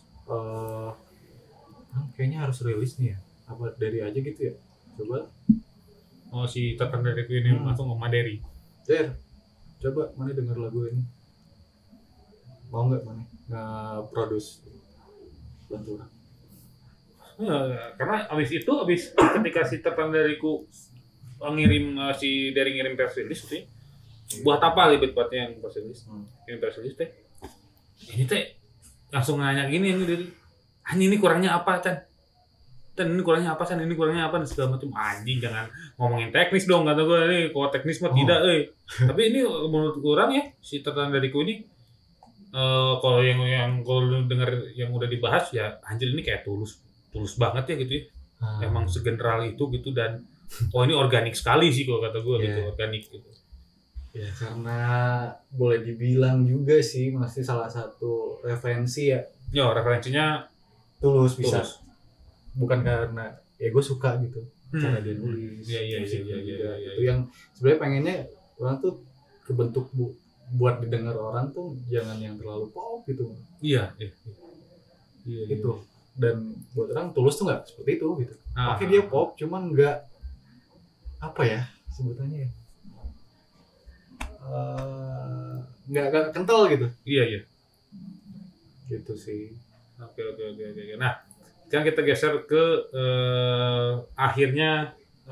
kayaknya harus rilis nih ya apa Derry aja gitu ya coba. Oh, si Tertanda Dariku ini langsung sama Derry. Coba mana denger lagu ini, mau nggak mana nge-produce bantu orang. Karena abis ketika si Tertanda Dariku ngirim si Derry ngirim press release sih, buat apa lebih tepatnya yang press release? Ngirim press release teh, ini teh langsung nanya gini Derry, ini kurangnya apa Dan ini kurangnya apa ini kurangnya apa dan segala macam. Anjing, jangan ngomongin teknis dong, kata gue nih. Kalau teknis mah tidak, Tapi ini menurut orang ya si Tertanda Dariku ini kalau yang kalau dengar yang udah dibahas ya anjir ini kayak tulus banget ya gitu ya. Emang segeneral itu gitu dan ini organik sekali sih kalau kata gue gitu, organik gitu. Ya karena boleh dibilang juga sih masih salah satu referensi ya. Ya referensinya tulus. Bukan karena ya gue suka gitu cara dia nulis. Iya. Itu yang sebenarnya pengennya orang tuh kebentuk buat didengar orang tuh jangan yang terlalu pop gitu. Iya. Iya. Itu. Dan buat orang Tulus tuh nggak seperti itu gitu. Ah. Oke dia pop, cuman nggak apa ya sebutannya ya. Nggak kental gitu. Iya. Gitu sih. Oke. Nah, sekarang kita geser ke akhirnya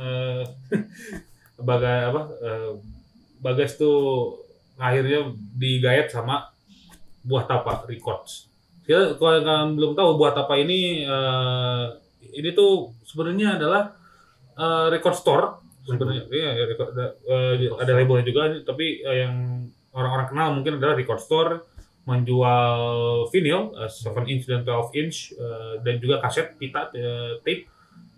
Bagas tuh akhirnya digayat sama Buah Tapa Records. Kita kalau kalian belum tahu Buah Tapa ini tuh sebenarnya adalah record store sebenarnya. Iya, ada labelnya juga, tapi yang orang-orang kenal mungkin adalah record store, menjual vinyl 7 inch dan 12 inch dan juga kaset pita tape.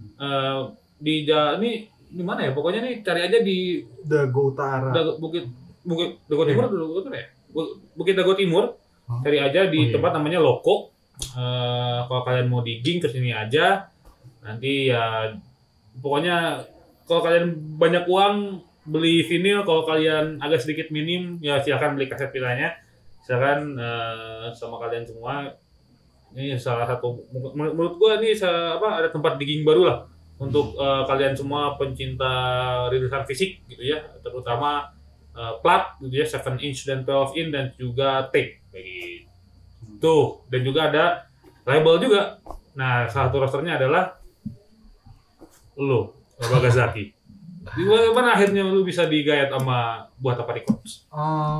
Ini di mana ya? Pokoknya nih cari aja di Dago Utara. Bukit Dago Timur dulu ya. Bukit Dago Timur. Cari aja di tempat namanya Loko. Kalau kalian mau digging ke sini aja. Nanti ya pokoknya kalau kalian banyak uang beli vinyl, kalau kalian agak sedikit minim ya silakan beli kaset pitanya. Silakan sama kalian semua. Ini salah satu menurut gua ini ada tempat digging baru lah untuk kalian semua pencinta rilisan fisik gitu ya, terutama plat gitu ya, 7 inch dan 12 inch dan juga tape kayak gitu. Dan juga ada label juga. Nah, salah satu rosternya adalah lo, Bagas Zaki. Gimana akhirnya lu bisa digayat sama Buah Tapa Records?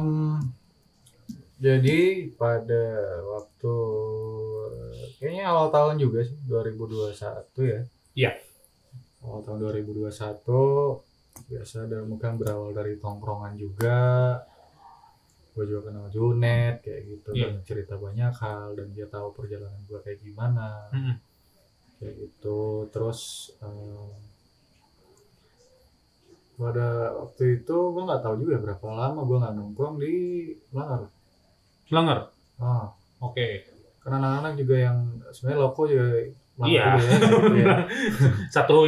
Jadi pada waktu kayaknya awal tahun juga sih 2021 ya. Iya. Awal tahun 2021 biasa mungkin berawal dari tongkrongan juga. Gue juga kenal Junet kayak gitu, banyak cerita banyak hal dan dia tahu perjalanan gue kayak gimana. Kayak gitu. Terus pada waktu itu gue nggak tahu juga berapa lama gue nggak nongkrong di Langgar. Oke. Karena anak-anak juga yang sebenarnya loko juga iya. Gitu ya. Satu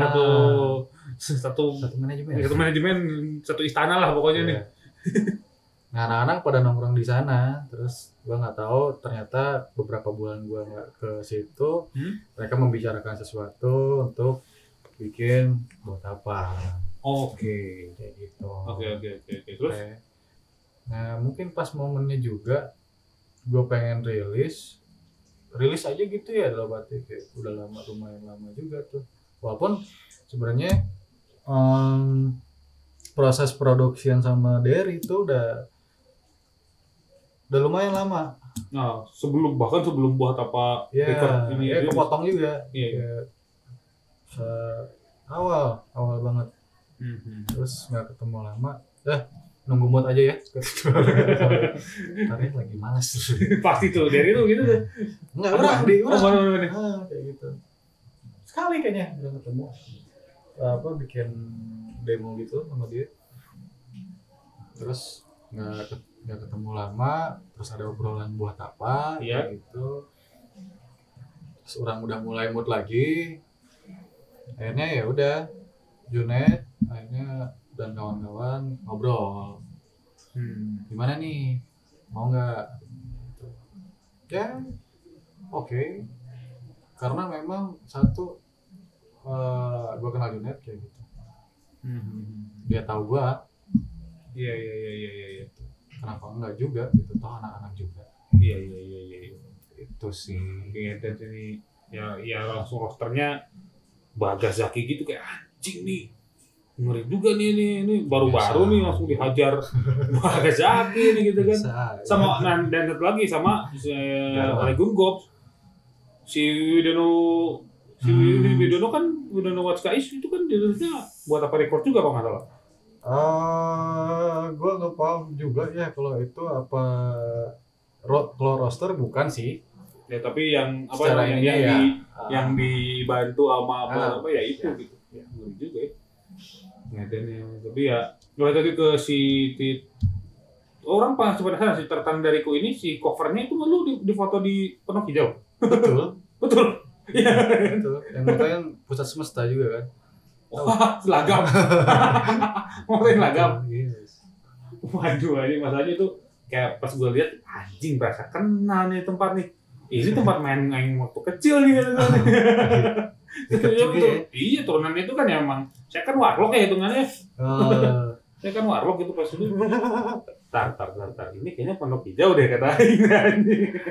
manajemen. Satu manajemen, satu istana lah pokoknya nih. Nah, anak-anak pada nongkrong di sana, terus gua nggak tahu ternyata beberapa bulan gua nggak ke situ, mereka membicarakan sesuatu untuk bikin Buah Tapa. Oke. Kayak gitu. Oke. Terus? Nah, mungkin pas momennya juga gue pengen rilis aja gitu ya, dalam arti kayak udah lumayan lama juga tuh, walaupun sebenarnya proses production sama Derry itu udah lumayan lama. Nah, sebelum Buah Tapa record ini ya kepotong juga. Iya. Awal banget. Terus nggak ketemu lama, nunggu mood aja ya. Tarik lagi malas. Pasti tuh dari itu gitu tuh. Enggak, kayak gitu. Sekali kayaknya udah ketemu. Bikin demo gitu sama dia. Terus nggak ketemu lama, terus ada obrolan Buah Tapa kayak gitu. Terus orang udah mulai mood lagi. Akhirnya ya udah Junet akhirnya dan kawan-kawan ngobrol, gimana nih, mau nggak? Ya, oke. Karena memang satu, gue kenal Junet kayak gitu. Dia tahu gue. Iya. Kenapa enggak juga? Gitu, toh anak-anak juga. Iya. Itu sih. Kayak dan ini ya langsung rosternya Bagas Zaki gitu kayak anjing nih. Ngeri juga nih ini baru-baru nih langsung dihajar Bagas Zaki nih gitu kan. Sama dan satu lagi sama Alegun Gops. Si Widono kan Widono Watskais itu kan dirilisnya Buat Tapa Record juga kalau nggak salah. Gue nggak paham juga ya kalau itu apa kalau roster bukan sih. Ya tapi yang yang dibantu sama apa ya itu gitu. Ya ngeri juga ya. Ngedenya, tapi ya tadi ke orang pas penasaran si Tertan Dariku ini si covernya itu lu di foto di Penuh Hijau. Betul. Iya. Betul. Yang makanya Pusat Semesta juga kan. Wah, selagam. Motoin selagam. Yes. Waduh, ini masalahnya tuh kayak pas gue lihat anjing berasa kenal nih tempat nih. ini tempat main aing waktu kecil nih kan. Dekat juga ya. Iya, turunan itu kan ya emang. Saya kan warlock ya hitungannya. Saya kan warlock gitu pas dulu. Tar. Ini kayaknya Pondok Hijau deh kata aing.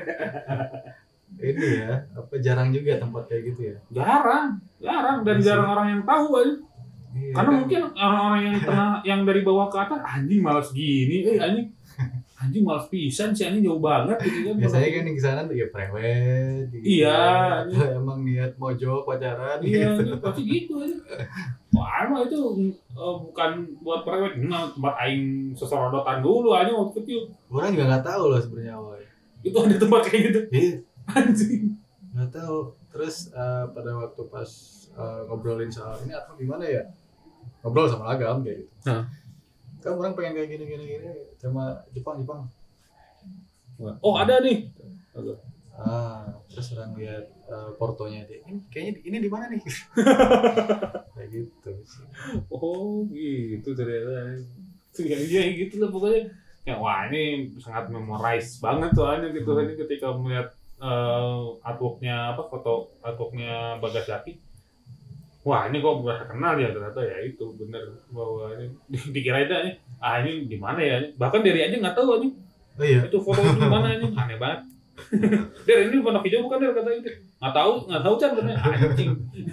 Ini ya, jarang juga tempat kayak gitu ya. Jarang dan jarang orang yang tahu aja. Iya, Karena kan? mungkin orang-orang yang tengah yang dari bawah ke atas anjing malas gini, anjing malas pisan sih, anjing jauh banget gitu kan. Biasanya kan yang kesana tuh ya prewed gitu. Iya. Atau emang niat mojok pacaran Iya, gitu. pasti gitu aja. Wah, itu bukan buat prewed, ini mah tempat aing sesorodotan dulu aja waktu kecil. Orang juga nggak tahu loh sebenarnya awalnya. Itu ada tempat kayak gitu. Iya. Anjing. Nggak tahu. Terus pada waktu pas ngobrolin soal ini atau gimana ya, ngobrol sama Agam kayak gitu. Kan orang pengen kayak gini sama Jepang. Oh, ada nih. Terus orang lihat portonya dia. Ini kayaknya ini di mana nih? Kayak gitu sih. Oh, gitu ternyata. Ya gitu lah pokoknya. Ya, wah ini sangat memorize banget soalnya gitu kan ketika melihat artworknya foto artworknya Bagasaki. Wah ini kok udah kenal ya ternyata ya itu bener bahwa ini dikira itu ini di mana ya, bahkan dari aja nggak tahu aja. Oh iya. Itu foto itu di mana aja, aneh banget. Dari ini Pondok Hijau bukan dari kata itu. Nggak tahu kan bener anjing.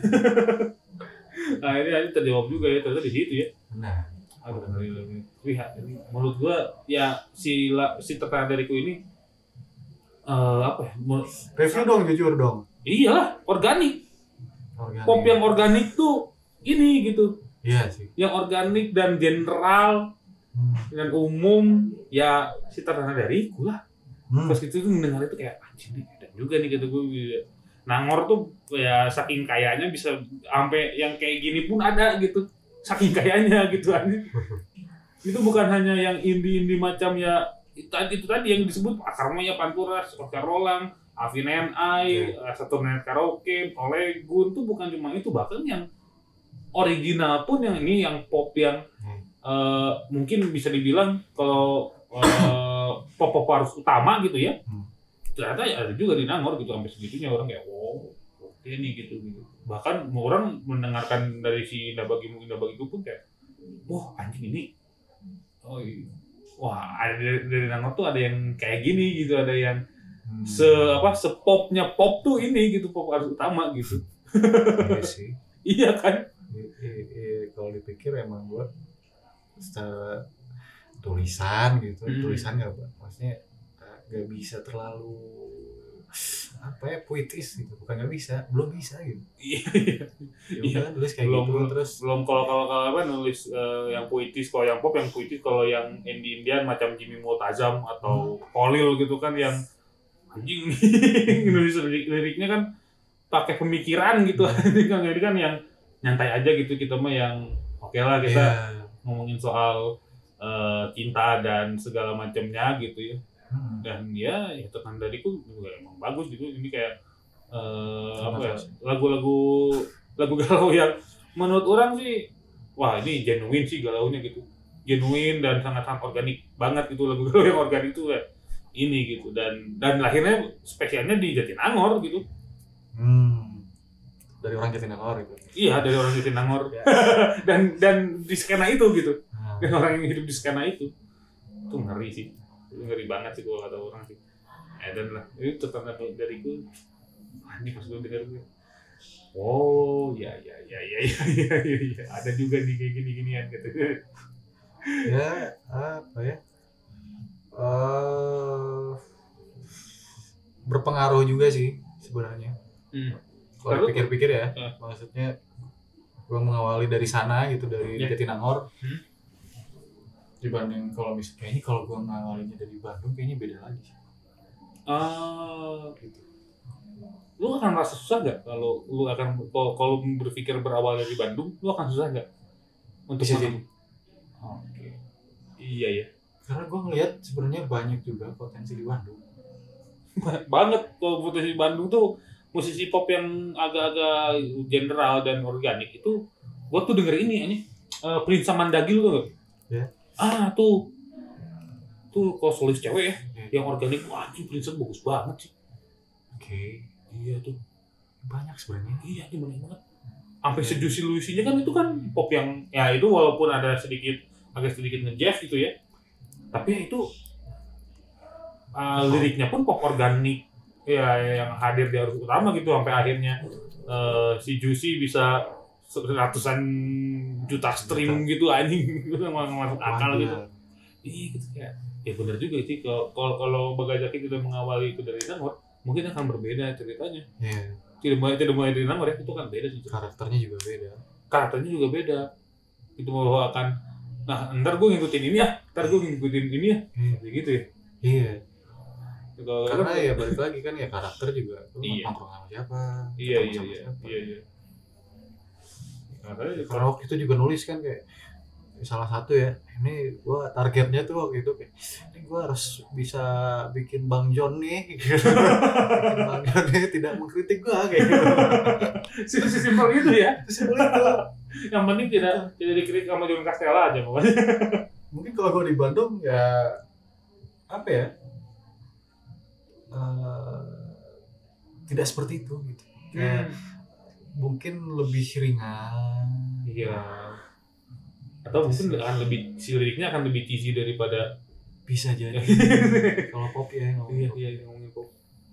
Nah ini aja terjawab juga ya ternyata di situ ya. Nah. Aduh, lihat menurut gua ya si terkenal dariku ini Review dong, jujur dong. Iyalah, organik. Pop yang organik tuh ini gitu. Iya sih. Yang organik dan general dan umum ya si terkenal dariku lah. Pas gitu tuh mendengar itu kayak anjing nih dan juga nih gitu gue. Nangor tuh ya saking kayanya bisa sampai yang kayak gini pun ada gitu. Saking kayanya gitu anjing. Itu bukan hanya yang indie macam ya itu tadi yang disebut Akarmaya, Panturas, Oscar Roland, Avin NI, Saturnet Karaoke, Olegun tuh bukan cuma itu, bahkan yang original pun yang ini yang pop yang mungkin bisa dibilang kalau pop harus utama gitu ya. Ternyata ya ada juga di Nangor gitu sampai segitunya orang kayak wow oke nih gitu. Bahkan orang mendengarkan dari si Indah Bagiku pun kayak wah anjing ini wah ada dari Nangor tuh ada yang kayak gini gitu, ada yang sepopnya pop tuh ini gitu, pop harus utama gitu. Iya sih. Iya kan? Kalau dipikir emang gua secara tulisan gitu, tulisan nggak, maksudnya nggak bisa terlalu puitis gitu, bukan nggak bisa, belum bisa gitu. Iya. Tulis kayak belum, gitu terus. Belum kalau nulis yang puitis, kalau yang pop yang puitis, kalau yang Indian macam Jimmy Multazam atau Khalil gitu kan yang anjing nulis liriknya kan pakai pemikiran gitu. Jadi kan yang nyantai aja gitu, kita mah yang oke lah kita ngomongin soal cinta dan segala macamnya gitu ya. Dan ya tekan dariku juga emang bagus gitu. Ini kayak lagu-lagu galau yang menurut orang sih wah ini genuine sih galaunya gitu. Genuine dan sangat organik banget gitu, lagu galau yang organik itu ya ini gitu, dan lahirnya spesialnya di Jatinangor gitu. Dari orang Jatinangor gitu. Iya, dari orang Jatinangor. dan di skena itu gitu. Dan orang yang hidup di skena itu. Itu ngeri sih. Itu ngeri banget sih kalau kata orang sih. Dan lah, itu tertanda dariku. Ini pas gue denger gue. Oh, ya. Ada juga nih kayak gini-ginian gitu. Ya, apa ya? Berpengaruh juga sih sebenarnya. Kalau pikir-pikir ya, maksudnya gue mengawali dari sana gitu, dari Jatinangor. Dibanding kalau misalnya ini, kalau gue ngawalinya dari Bandung kayaknya beda lagi. Gitu. Lu akan merasa susah nggak kalau berpikir berawal dari Bandung, lu akan susah nggak untuk jadi? Oke. Iya ya. Karena gue ngeliat sebenarnya banyak juga potensi di Bandung. Banget kalau potensi Bandung tuh musisi pop yang agak-agak general dan organik itu, gue tuh denger ini Prince Mandagil tuh. Ya. Tuh kalau solis cewek ya, yang organik, wah Prince bagus banget sih. Oke. Iya tuh. Banyak sebenarnya. Iya, ini banyak banget. Sampai sejusi-lusinya kan itu kan pop yang ya itu walaupun ada agak sedikit nge-jazz gitu ya. Tapi ya itu liriknya pun pop organik. Ya yang hadir di arus utama gitu sampai akhirnya si Juicy bisa ratusan juta stream gitu anjing. Masuk akal gitu. Iya gitu kayak. Ya benar juga sih kalau Bagajaki tidak mengawali itu dari Nangor, mungkin akan berbeda ceritanya. Iya. Tidak mulai dari Nangor ya, itu kan beda sih. Karakternya juga beda. Itu Itu akan ntar gue ngikutin ini ya, ya. Gitu ya. Iya. Karena ya balik lagi kan ya karakter juga. Iya. Nongkrong sama siapa? Iya. Karena waktu itu juga nulis kan kayak salah satu ya, ini gua targetnya tuh waktu itu kayak ini gua harus bisa bikin Bang John nih. Bikin Bang John nih tidak mengkritik gua kayak gitu. Sesimpel itu ya. Sesimpel itu. Yang penting tidak dikritik sama John Castella aja pokoknya. Mungkin kalau gua di Bandung ya apa ya? Tidak seperti itu gitu. Mungkin lebih ringan. Iya. Atau mungkin si liriknya akan lebih cheesy daripada bisa jadi. Kalau pop ya ngomongin pop.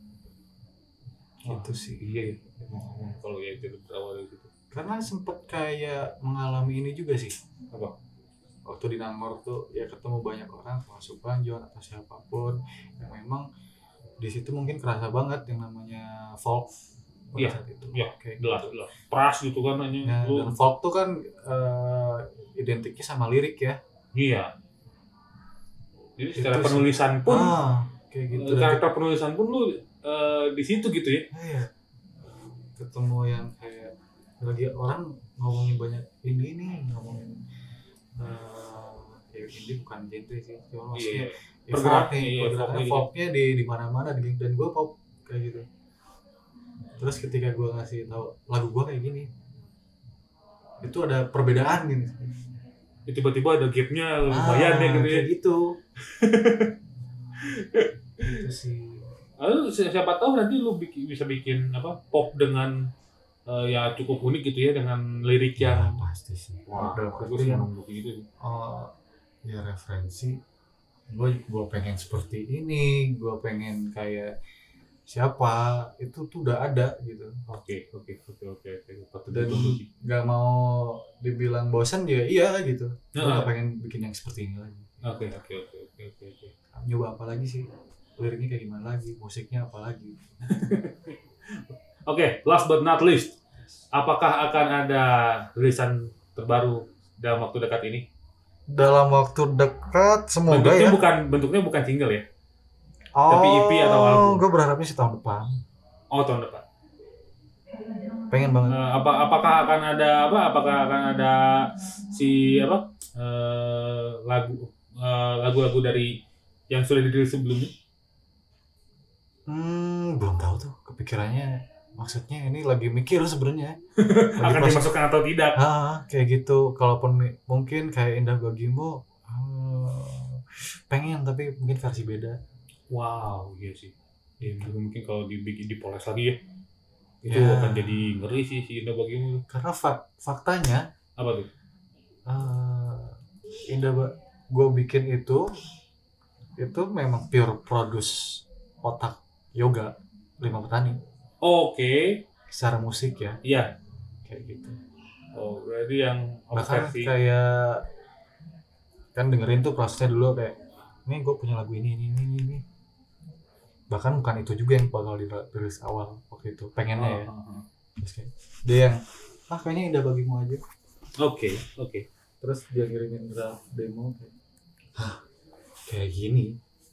Itu sih. Iya. Kalau ya itu berawal gitu. Karena sempet kayak mengalami ini juga sih. Apa? Waktu di Nangor tuh ya ketemu banyak orang termasuk Bang John atau siapapun yang memang di situ mungkin kerasa banget yang namanya folk. Iya, saat itu. Iya, kayak jelas. gitu. Pras gitu kan aja. Nah, dan folk tuh kan identiknya sama lirik ya. Iya. Jadi secara penulisan pun kayak gitu. Karakter penulisan pun lu di situ gitu ya. Iya. Ketemu yang kayak lagi orang ngomongin banyak ini ngomongin ya ini bukan genre sih. Cuma maksudnya folknya di mana-mana dan gue pop kayak gitu. Terus ketika gue ngasih tahu lagu gue kayak gini, itu ada perbedaan gitu. Tiba-tiba ada gapnya lumayan ya gitu ya. Gitu. Itu sih. Lalu siapa tahu nanti lu bisa bikin apa pop dengan ya cukup unik gitu ya dengan lirik yang pasti sih. Wah, gue sih nunggu gitu. Ya referensi. Gue pengen seperti ini, gue pengen kayak siapa itu tuh udah ada gitu. Oke. Dan nggak mau dibilang bosan ya iya gitu. Gue nggak pengen bikin yang seperti ini lagi. Oke. Nyoba apa lagi sih? Liriknya kayak gimana lagi? Musiknya apa lagi? Oke, last but not least, apakah akan ada rilisan terbaru dalam waktu dekat ini? Dalam waktu dekat semoga bentuknya bukan single ya. Tapi EP atau album? Gue berharapnya sih tahun depan. Oh, tahun depan. Pengen banget. Apakah akan ada si lagu-lagu dari yang sudah dirilis sebelumnya? Belum tahu tuh. Kepikirannya maksudnya ini lagi mikir sebenarnya. Akan dimasukkan atau tidak? Kayak gitu. Kalaupun mungkin kayak Indah Bagimu pengen tapi mungkin versi beda. Wow, iya sih. Ya, mungkin kalau dipoles lagi ya. Itu akan jadi ngeri sih si Indah Bagimu. Karena faktanya apa tuh? Gue bikin itu memang pure produce otak Yoga 5 Petani. Oke. Secara musik ya. Iya. Kayak gitu. Oh, berarti yang bahkan kayak kan dengerin tuh prosesnya dulu kayak ini gue punya lagu ini. Bahkan bukan itu juga yang bakal dirilis awal waktu itu pengennya ya. Terus kayak dia yang kayaknya Indah Bagimu aja. Oke. Terus dia ngirimin draft demo kayak gini.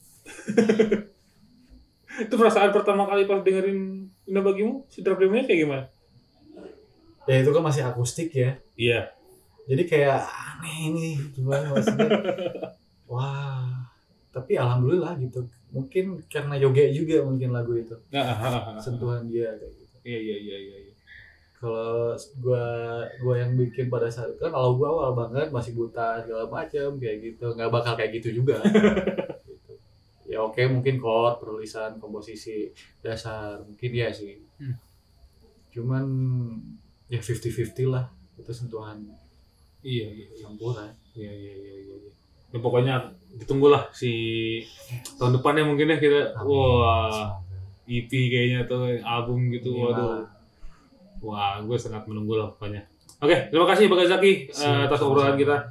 Itu perasaan pertama kali pas dengerin Indah Bagimu, si draft demonya kayak gimana? Ya itu kan masih akustik ya. Iya. Jadi kayak aneh ini gimana maksudnya. Wah. Tapi alhamdulillah gitu. Mungkin karena Yoga juga mungkin lagu itu. Sentuhan dia kayak gitu. Iya. Kalau gua yang bikin pada saat itu kan kalau gua awal banget masih buta segala macam kayak gitu, nggak bakal kayak gitu juga. Gitu. Ya oke, mungkin chord, penulisan, komposisi dasar mungkin ya sih. Cuman ya 50-50 lah, itu sentuhan Iya. sempurna. Iya. Ya, pokoknya ditunggulah si tahun depannya mungkin ya kita. Wah, EP kayaknya tuh album gitu. Waduh. Wah, gue sangat menunggu lah pokoknya. Oke, terima kasih Bagas Zaki atas obrolan kita.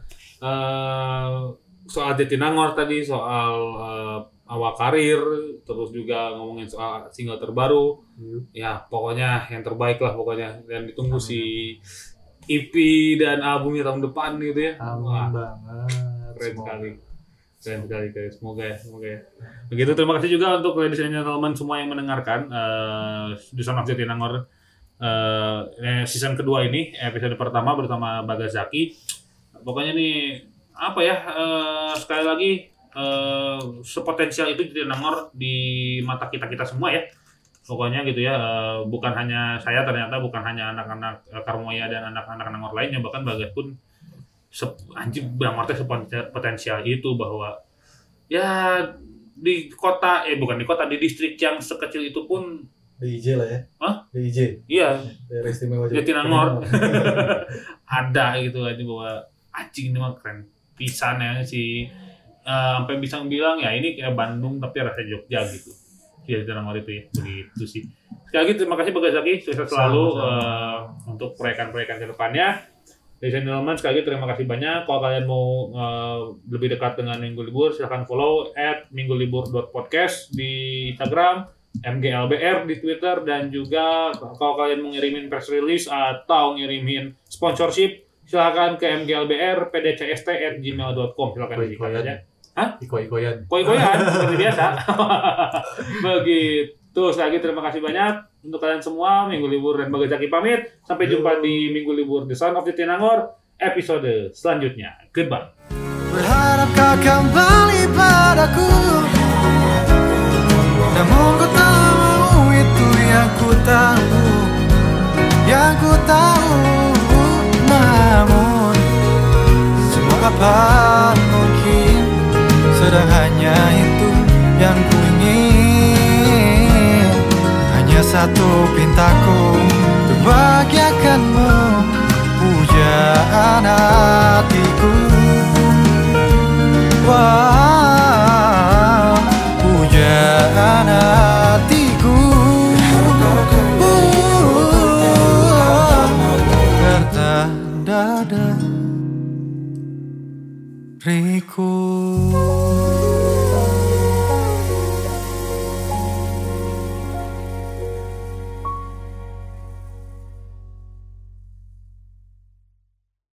Soal Jatinangor tadi, soal awal karir, terus juga ngomongin soal single terbaru. Ya, pokoknya yang terbaik lah pokoknya. Dan ditunggu si EP dan albumnya tahun depan gitu ya. Amin banget. Keren sekali. Semoga ya. Begitu, terima kasih juga untuk ladies and gentlemen semua yang mendengarkan di Son of Jatinangor season kedua ini, episode pertama bersama Bagas Zaki. Pokoknya nih apa ya, sekali lagi sepotensial itu Jatinangor di mata kita semua ya. Pokoknya gitu ya, bukan hanya saya, ternyata bukan hanya anak-anak Karmoya dan anak-anak Nangor lainnya, bahkan Bagas pun Bang Martes sepotensial itu, bahwa ya di kota di distrik yang sekecil itu pun DJ lah ya. Hah? DJ. Iya. Daerah istimewa Jatinangor. Ada gitu aja bahwa anjing ini mah keren pisan ya si sampai bisa bilang ya ini kayak Bandung tapi rasa Jogja gitu. Ya Jatinangor itu ya, begitu sih. Sekali lagi terima kasih Bagas Zaki, sukses selalu untuk proyekan-proyekan ke depannya. Ladies and gentlemen, sekali lagi terima kasih banyak. Kalau kalian mau lebih dekat dengan Minggu Libur, silahkan follow @minggulibur.podcast di Instagram, MGLBR di Twitter, dan juga kalau kalian mau ngirimin press release atau ngirimin sponsorship, silahkan ke mglbr@pdcst@gmail.com. Silahkan isi aja. Hah? Iko-ikoyan seperti biasa. Begitu. Sekali lagi terima kasih banyak untuk kalian semua. Minggu Libur dan Bagas Zaki pamit. Sampai jumpa di Minggu Libur The Son of Jatinangor episode selanjutnya. Goodbye. Berharap kau kembali padaku, namun ku tak mau, itu yang ku tahu. Namun semua kapan mungkin, sedang hanya itu yang ku ingin. Hanya satu pintaku untuk bahagiakanmu, pujaan hatiku. Wow, pujaan hatiku. Bertanda dariku.